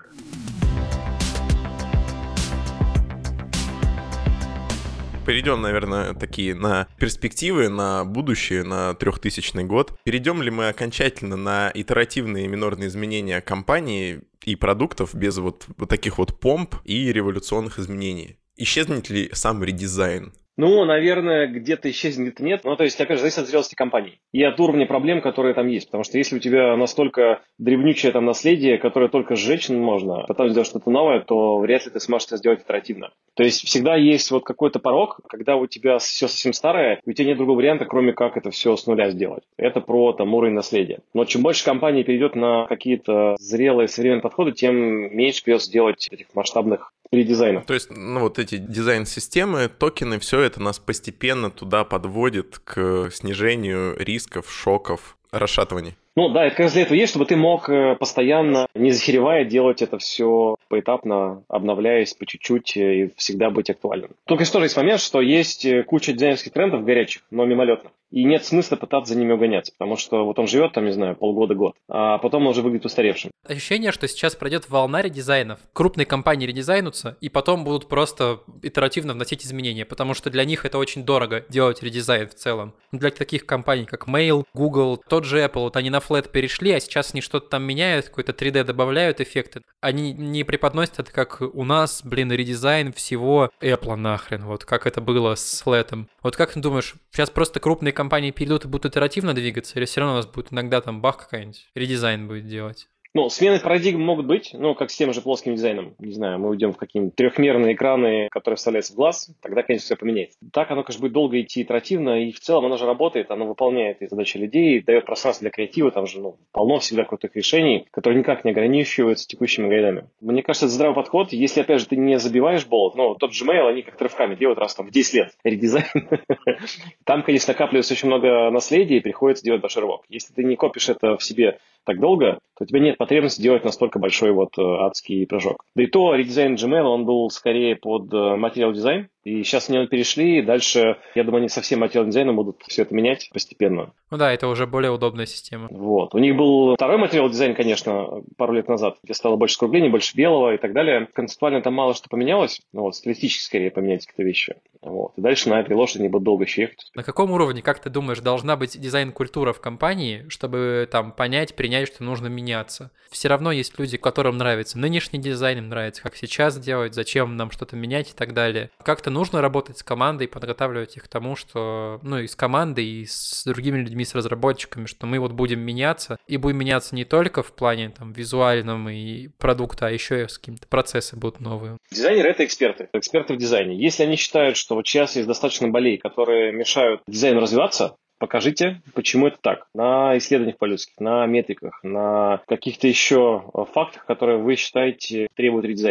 Перейдем, наверное, такие на перспективы, на будущее, на трехтысячный год. Перейдем ли мы окончательно на итеративные минорные изменения компании и продуктов без вот, вот таких вот помп и революционных изменений? Исчезнет ли сам редизайн? Ну, наверное, где-то исчезнет, где-то нет. Ну, то есть, опять же, зависит от зрелости компании и от уровня проблем, которые там есть. Потому что если у тебя настолько древнючее там наследие, которое только сжечь можно, потом сделать что-то новое, то вряд ли ты сможешь это сделать итеративно. То есть, всегда есть вот какой-то порог, когда у тебя все совсем старое, и у тебя нет другого варианта, кроме как это все с нуля сделать. Это про там уровень наследия. Но чем больше компания перейдет на какие-то зрелые современные подходы, тем меньше придется делать этих масштабных редизайнов. То есть, ну, вот эти дизайн-системы, токены, все это нас постепенно туда подводит к снижению рисков, шоков, расшатываний. Ну да, это как раз для этого есть, чтобы ты мог постоянно, не захеревая, делать это все поэтапно, обновляясь по чуть-чуть и всегда быть актуальным. Только тоже есть момент, что есть куча дизайнерских трендов горячих, но мимолетных. И нет смысла пытаться за ними угоняться, потому что вот он живет там, не знаю, полгода-год, а потом он уже выглядит устаревшим. Ощущение, что сейчас пройдет волна редизайнов. Крупные компании редизайнутся, и потом будут просто итеративно вносить изменения, потому что для них это очень дорого делать редизайн в целом. Для таких компаний, как Mail, Google, тот же Apple, вот они на флэт перешли, а сейчас они что-то там меняют, какой-то три дэ добавляют эффекты. Они не преподносят это как у нас, блин, редизайн всего Apple нахрен, вот как это было с флэтом. Вот как ты думаешь, сейчас просто крупные компании перейдут и будут итеративно двигаться, или все равно у нас будет иногда там бах какая-нибудь, редизайн будет делать? Ну, смены парадигм могут быть, ну, как с тем же плоским дизайном. Не знаю, мы уйдем в какие-нибудь трехмерные экраны, которые вставляются в глаз, тогда, конечно, все поменяется. Так оно, конечно, будет долго идти итеративно, и в целом оно же работает, оно выполняет эти задачи людей, дает пространство для креатива, там же, ну, полно всегда крутых решений, которые никак не ограничиваются текущими гайдами. Мне кажется, это здравый подход, если, опять же, ты не забиваешь болт, ну, тот же Gmail, они как рывками делают раз там в десять лет редизайн. Там, конечно, накапливается очень много наследия, и приходится делать большой рывок. Если ты не копишь это в себе так долго, то у тебя нет потребности делать настолько большой вот адский прыжок. Да и то редизайн Gmail, он был скорее под материал дизайн, и сейчас они перешли, и дальше, я думаю, они со всем материал дизайном будут все это менять постепенно. Ну да, это уже более удобная система. Вот. У них был второй материал дизайн, конечно, пару лет назад, где стало больше скруглений, больше белого и так далее. Концептуально там мало что поменялось, но вот стилистически скорее поменять какие-то вещи. Вот. И дальше на этой лошади они будут долго еще ехать. На каком уровне, как ты думаешь, должна быть дизайн-культура в компании, чтобы там понять, принять, что нужно меняться? Все равно есть люди, которым нравится нынешний дизайн, им нравится, как сейчас делать, зачем нам что-то менять и так далее. Как-то нужно работать с командой, подготавливать их к тому, что, ну, и с командой, и с другими людьми, с разработчиками, что мы вот будем меняться, и будем меняться не только в плане там визуальном и продукта, а еще и с какими-то процессы будут новые. Дизайнеры — это эксперты, эксперты в дизайне. Если они считают, что вот сейчас есть достаточно болей, которые мешают дизайну развиваться, покажите, почему это так. На исследованиях по-людски, на метриках, на каких-то еще фактах, которые вы считаете требуют редизайна.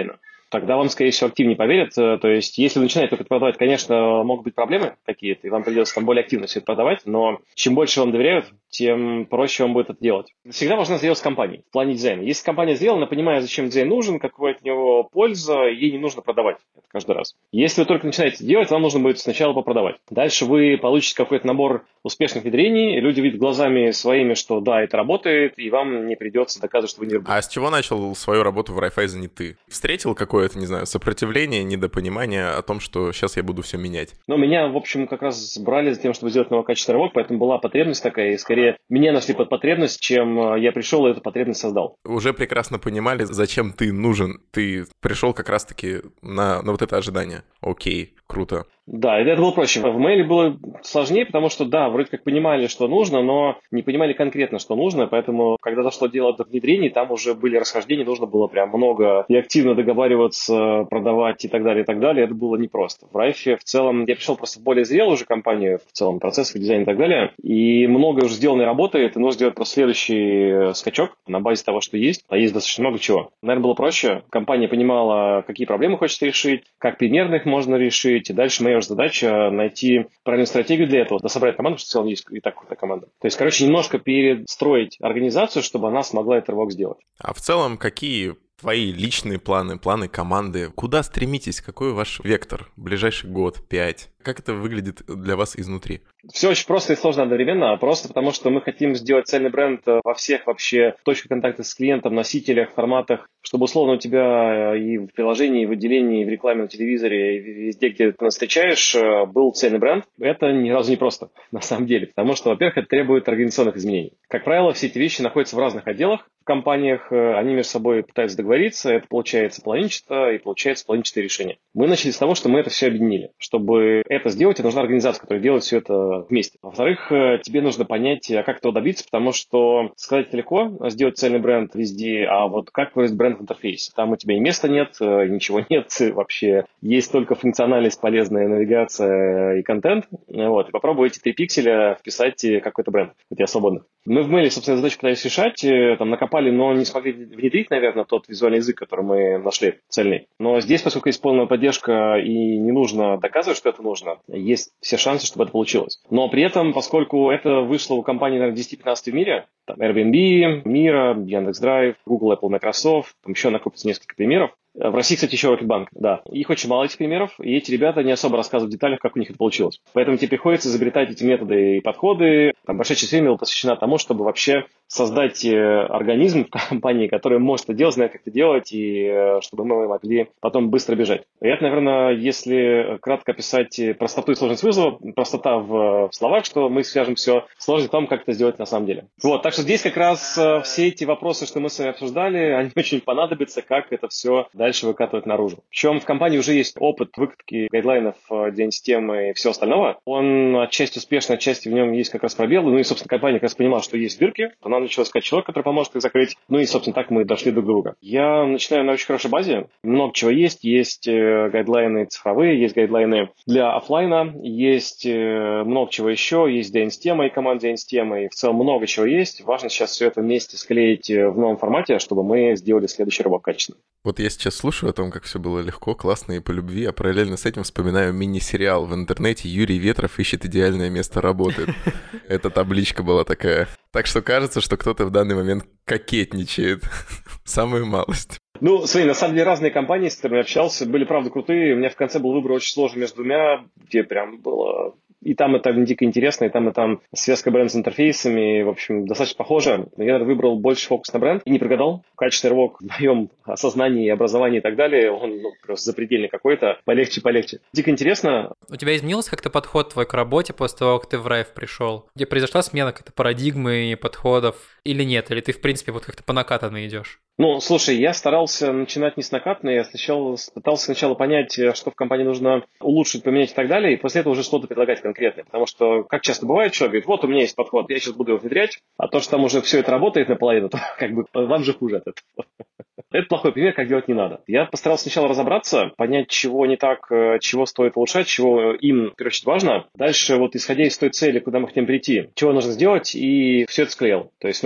тогда вам, скорее всего, активнее поверят. То есть, если вы начинаете только это продавать, конечно, могут быть проблемы какие-то, и вам придется там более активно все это продавать, но чем больше вам доверяют, тем проще вам будет это делать. Всегда важна зрелость компании в плане дизайна. Если компания сделана, она понимает, зачем дизайн нужен, какая от него польза, ей не нужно продавать это каждый раз. Если вы только начинаете делать, вам нужно будет сначала попродавать. Дальше вы получите какой-то набор успешных внедрений, люди видят глазами своими, что да, это работает, и вам не придется доказывать, что вы не работаете. А с чего начал свою работу в Raiffeisen ты? Встретил какое-то, не знаю, сопротивление, недопонимание о том, что сейчас я буду все менять? Ну, меня, в общем, как раз брали за тем, чтобы сделать новокачественный рывок, поэтому была потребность такая, и скорее меня нашли под потребность, чем я пришел и эту потребность создал. Уже прекрасно понимали, зачем ты нужен. Ты пришел как раз-таки на, на вот это ожидание. Окей, круто. Да, это было проще. В Mail было сложнее, потому что, да, вроде как понимали, что нужно, но не понимали конкретно, что нужно, поэтому, когда дошло дело до внедрений, там уже были расхождения, нужно было прям много и активно договариваться, продавать и так далее, и так далее. Это было непросто. В Райфе в целом, я пришел просто в более зрелую уже компанию, в целом, процессов, дизайн и так далее, и много уже сделано и работает, и нужно сделать просто следующий скачок на базе того, что есть, а есть достаточно много чего. Наверное, было проще. Компания понимала, какие проблемы хочет решить, как примерно их можно решить, и дальше мы задача найти правильную стратегию для этого, да, собрать команду, что в целом есть и так крутая команда. То есть, короче, немножко перестроить организацию, чтобы она смогла этот рывок сделать. А в целом, какие твои личные планы, планы команды? Куда стремитесь? Какой ваш вектор? Ближайший год, пять? Как это выглядит для вас изнутри? Все очень просто и сложно одновременно, просто потому что мы хотим сделать цельный бренд во всех вообще точках контакта с клиентом, носителях, форматах, чтобы условно у тебя и в приложении, и в отделении, и в рекламе на телевизоре, и везде, где ты нас встречаешь, был цельный бренд. Это ни разу не просто, на самом деле, потому что, во-первых, это требует организационных изменений. Как правило, все эти вещи находятся в разных отделах в компаниях, они между собой пытаются договориться, это получается половинчато и получается половинчатое решение. Мы начали с того, что мы это все объединили. Чтобы это сделать, нужна организация, которая делает все это вместе. Во-вторых, тебе нужно понять, а как этого добиться, потому что сказать это легко, сделать цельный бренд везде, а вот как выразить бренд в интерфейсе? Там у тебя и места нет, ничего нет вообще. Есть только функциональность, полезная навигация и контент. Вот. И попробуй эти три пикселя вписать какой-то бренд у тебя свободных. Мы в Mail, собственно, задачу пытались решать, там накопали, но не смогли внедрить, наверное, тот визуальный язык, который мы нашли, цельный. Но здесь, поскольку есть полная поддержка и не нужно доказывать, что это нужно, есть все шансы, чтобы это получилось. Но при этом, поскольку это вышло у компании, наверное, десять-пятнадцать в мире, там Airbnb, Mira, Яндекс.Драйв, Google, Apple, Microsoft, там еще накопится несколько примеров. В России, кстати, еще Рокетбанк, да. Их очень мало этих примеров, и эти ребята не особо рассказывают в деталях, как у них это получилось. Поэтому тебе приходится изобретать эти методы и подходы. Там большая часть времени была посвящена тому, чтобы вообще создать организм в компании, который может это делать, знает, как это делать, и чтобы мы могли потом быстро бежать. И это, наверное, если кратко описать простоту и сложность вызова, простота в, в словах, что мы свяжем все, сложность в том, как это сделать на самом деле. Вот, так что здесь как раз все эти вопросы, что мы с вами обсуждали, они очень понадобятся, как это все дальше выкатывать наружу. Причем в компании уже есть опыт выкатки гайдлайнов, дизайн-системы и всего остального. Он отчасти успешный, отчасти в нем есть как раз пробелы. Ну и, собственно, компания как раз понимала, что есть дырки. Она начала искать человека, который поможет их закрыть. Ну и, собственно, так мы дошли друг до друга. Я начинаю на очень хорошей базе. Много чего есть. Есть гайдлайны цифровые, есть гайдлайны для офлайна, есть много чего еще. Есть дизайн-система и команда дизайн-системы. И в целом много чего есть. Важно сейчас все это вместе склеить в новом формате, чтобы мы сделали следующий рывок качественно. Вот я сейчас слушаю о том, как все было легко, классно и по любви, а параллельно с этим вспоминаю мини-сериал в интернете «Юрий Ветров ищет идеальное место работы». Эта табличка была такая. Так что кажется, что кто-то в данный момент кокетничает. Самую малость. Ну, смотри, на самом деле разные компании, с которыми я общался, были, правда, крутые. У меня в конце был выбор очень сложный между двумя, где прям было... И там и там дико интересно, и там и там связка бренд с интерфейсами, в общем, достаточно похоже. Но я выбрал больше фокус на бренд и не прогадал. Качественный рывок в моем осознании, образовании и так далее, он ну, просто запредельный какой-то, полегче-полегче. Дико интересно. У тебя изменился как-то подход твой к работе после того, как ты в Райф пришел? Где произошла смена какой-то парадигмы и подходов или нет? Или ты, в принципе, вот как-то по накатанной идешь? Ну, слушай, я старался начинать не с накатанной, я сначала пытался сначала понять, что в компании нужно улучшить, поменять и так далее, и после этого уже что-то предлагать конкретное. Потому что, как часто бывает, человек говорит, вот у меня есть подход, я сейчас буду его внедрять, а то, что там уже все это работает наполовину, то как бы вам же хуже от этого. Это плохой пример, как делать не надо. Я постарался сначала разобраться, понять, чего не так, чего стоит улучшать, чего им, в первую очередь, важно. Дальше, вот исходя из той цели, куда мы хотим прийти, чего нужно сделать, и все это склеил. То есть у меня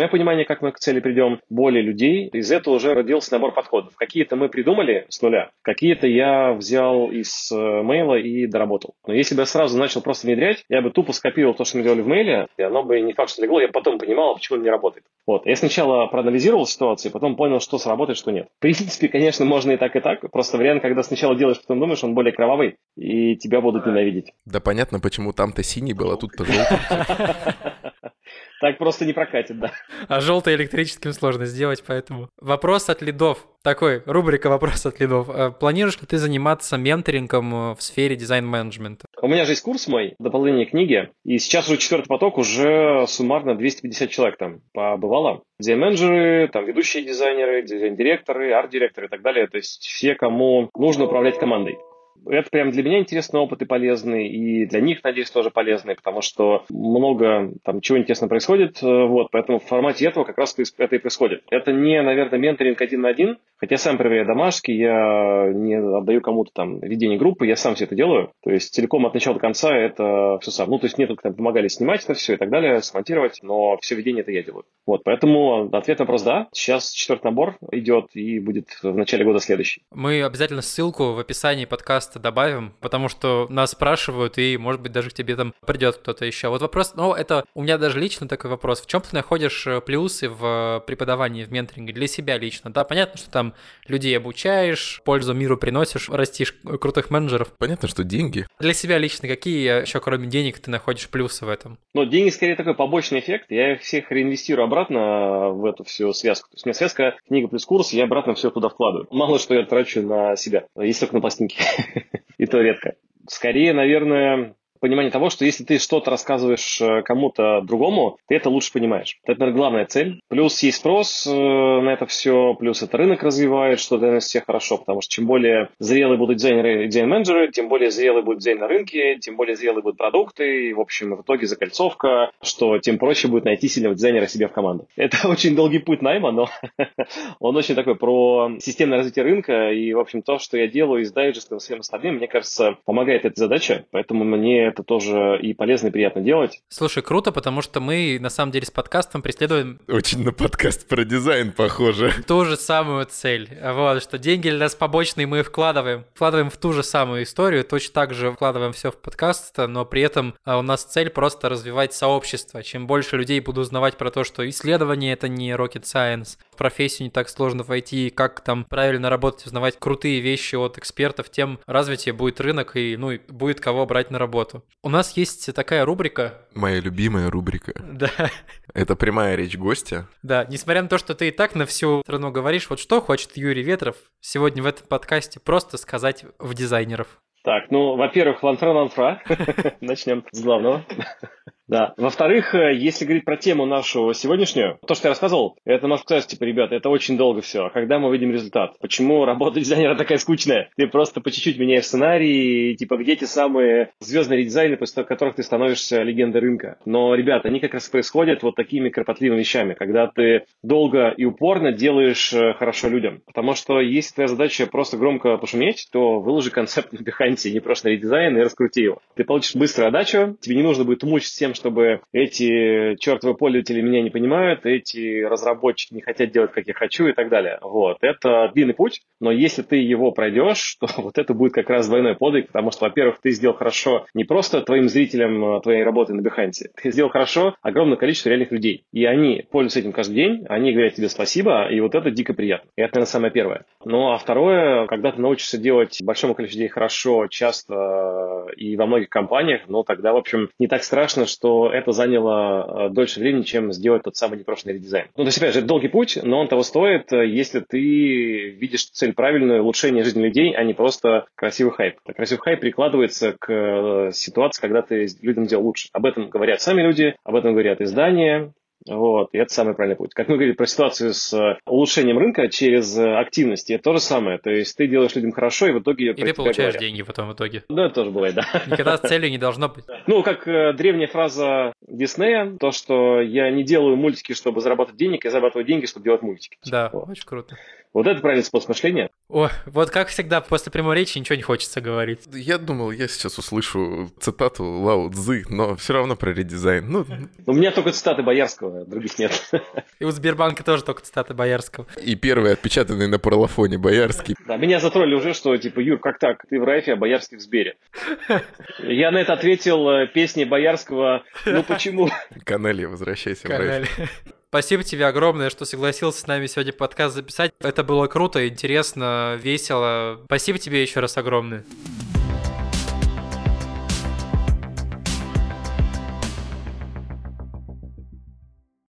понимание, как мы к цели придем, более людей. Из этого уже родился набор подходов. Какие-то мы придумали с нуля, какие-то я взял из мейла и доработал. Но если бы я сразу начал просто внедрять, я бы тупо скопировал то, что мы делали в мейле, и оно бы не факт, что легло, я потом понимал, почему он не работает. Вот. Я сначала проанализировал ситуацию, потом понял, что сработает, что нет. В принципе, конечно, можно и так, и так. Просто вариант, когда сначала делаешь, потом думаешь, он более кровавый, и тебя будут ненавидеть. Да понятно, почему там-то синий был, а тут-то желтый. Так просто не прокатит, да. А желтый электрическим сложно сделать, поэтому... Вопрос от лидов. Такой, рубрика «Вопрос от лидов». Планируешь ли ты заниматься менторингом в сфере дизайн-менеджмента? У меня же есть курс мой, дополнение к книге, и сейчас уже четвертый поток, уже суммарно двести пятьдесят человек там побывало. Дизайн-менеджеры, там ведущие дизайнеры, дизайн-директоры, арт-директоры и так далее. То есть все, кому нужно управлять командой. Это прям для меня интересный опыт и полезный, и для них, надеюсь, тоже полезный, потому что много там чего интересного происходит, вот, поэтому в формате этого как раз это и происходит. Это не, наверное, менторинг один на один, хотя я сам проверяю домашки, я не отдаю кому-то там ведение группы, я сам все это делаю, то есть целиком от начала до конца это все сам. Ну, то есть мне только там помогали снимать это все и так далее, смонтировать, но все ведение это я делаю. Вот, поэтому ответ на вопрос да, сейчас четвертый набор идет и будет в начале года следующий. Мы обязательно ссылку в описании подкаста добавим, потому что нас спрашивают, и, может быть, даже к тебе там придет кто-то еще. Вот вопрос, ну, это у меня даже лично такой вопрос. В чем ты находишь плюсы в преподавании, в менторинге для себя лично? Да, понятно, что там людей обучаешь, пользу миру приносишь, растишь крутых менеджеров. Понятно, что деньги. Для себя лично какие еще, кроме денег, ты находишь плюсы в этом? Ну, деньги скорее такой побочный эффект. Я их всех реинвестирую обратно в эту всю связку. То есть у меня связка книга плюс курс, я обратно все туда вкладываю. Мало что я трачу на себя, если только на пластинки. И то редко. Скорее, наверное, понимание того, что если ты что-то рассказываешь кому-то другому, ты это лучше понимаешь. Это, наверное, главная цель. Плюс есть спрос на это все, плюс это рынок развивает, что для нас всех хорошо, потому что чем более зрелые будут дизайнеры и дизайн-менеджеры, тем более зрелый будет дизайн на рынке, тем более зрелые будут продукты, и, в общем, в итоге закольцовка, что тем проще будет найти сильного дизайнера себе в команду. Это очень долгий путь найма, но он очень такой про системное развитие рынка, и, в общем, то, что я делаю и с дайджестом, и всем остальным, мне кажется, помогает эта задача, поэтому мне это тоже и полезно, и приятно делать. Слушай, круто, потому что мы, на самом деле, с подкастом преследуем... Очень на подкаст про дизайн похоже. Ту же самую цель. Вот, что деньги для нас побочные мы вкладываем. Вкладываем в ту же самую историю, точно так же вкладываем все в подкаст, но при этом у нас цель просто развивать сообщество. Чем больше людей буду узнавать про то, что исследование — это не rocket science, в профессию не так сложно войти, как там правильно работать, узнавать крутые вещи от экспертов, тем развитие будет рынок и, ну, и будет кого брать на работу. У нас есть такая рубрика. Моя любимая рубрика. Да. Это прямая речь гостя. Да, несмотря на то, что ты и так на всю страну говоришь, вот что хочет Юрий Ветров сегодня в этом подкасте просто сказать в дизайнеров. Так, ну, во-первых, ланфра-ланфра. Начнем с главного. Да. Во-вторых, если говорить про тему нашу сегодняшнюю, то, что я рассказывал, это, можно сказать, типа, ребята, это очень долго все. А когда мы увидим результат? Почему работа дизайнера такая скучная? Ты просто по чуть-чуть меняешь сценарий, типа, где те самые звездные редизайны, после которых ты становишься легендой рынка? Но, ребята, они как раз происходят вот такими кропотливыми вещами, когда ты долго и упорно делаешь хорошо людям. Потому что если твоя задача просто громко пошуметь, то выложи концепт на Behance, не просто на редизайн, и раскрути его. Ты получишь быструю отдачу, тебе не нужно будет мучить тем, чтобы эти чертовы пользователи меня не понимают, эти разработчики не хотят делать, как я хочу и так далее. Вот. Это длинный путь, но если ты его пройдешь, то вот это будет как раз двойной подвиг, потому что, во-первых, ты сделал хорошо не просто твоим зрителям твоей работы на Behance, ты сделал хорошо огромное количество реальных людей. И они пользуются этим каждый день, они говорят тебе спасибо, и вот это дико приятно. И это, наверное, самое первое. Ну, а второе, когда ты научишься делать большому количеству людей хорошо, часто и во многих компаниях, ну, тогда, в общем, не так страшно, что это заняло дольше времени, чем сделать тот самый непрошенный редизайн. Ну, то есть, опять же, это долгий путь, но он того стоит, если ты видишь цель правильную, улучшение жизни людей, а не просто красивый хайп. Красивый хайп прикладывается к ситуации, когда ты людям делал лучше. Об этом говорят сами люди, об этом говорят издания. Вот, и это самый правильный путь. Как мы говорили про ситуацию с улучшением рынка через активности, это то же самое. То есть ты делаешь людям хорошо, и в итоге... И ты получаешь говорят. Деньги потом в итоге. Да, это тоже бывает, да. Никогда цели не должно быть. Ну, как древняя фраза Диснея, то, что я не делаю мультики, чтобы зарабатывать денег, я зарабатываю деньги, чтобы делать мультики. Да, вот. Очень круто. Вот это правильный способ мышления. О, вот как всегда, после прямой речи ничего не хочется говорить. Я думал, я сейчас услышу цитату Лао Цзы, но все равно про редизайн. Ну, У меня только цитаты Боярского, других нет. И у Сбербанка тоже только цитаты Боярского. и первый отпечатанный на парлофоне Боярский. Да, меня затроллили уже, что типа, Юр, как так? Ты в Райфе, а Боярский в Сбере. Я на это ответил э, песней Боярского «Ну почему?». Каналья, возвращайся в Райф. Канале. Спасибо тебе огромное, что согласился с нами сегодня подкаст записать. Это было круто, интересно, весело. Спасибо тебе еще раз огромное.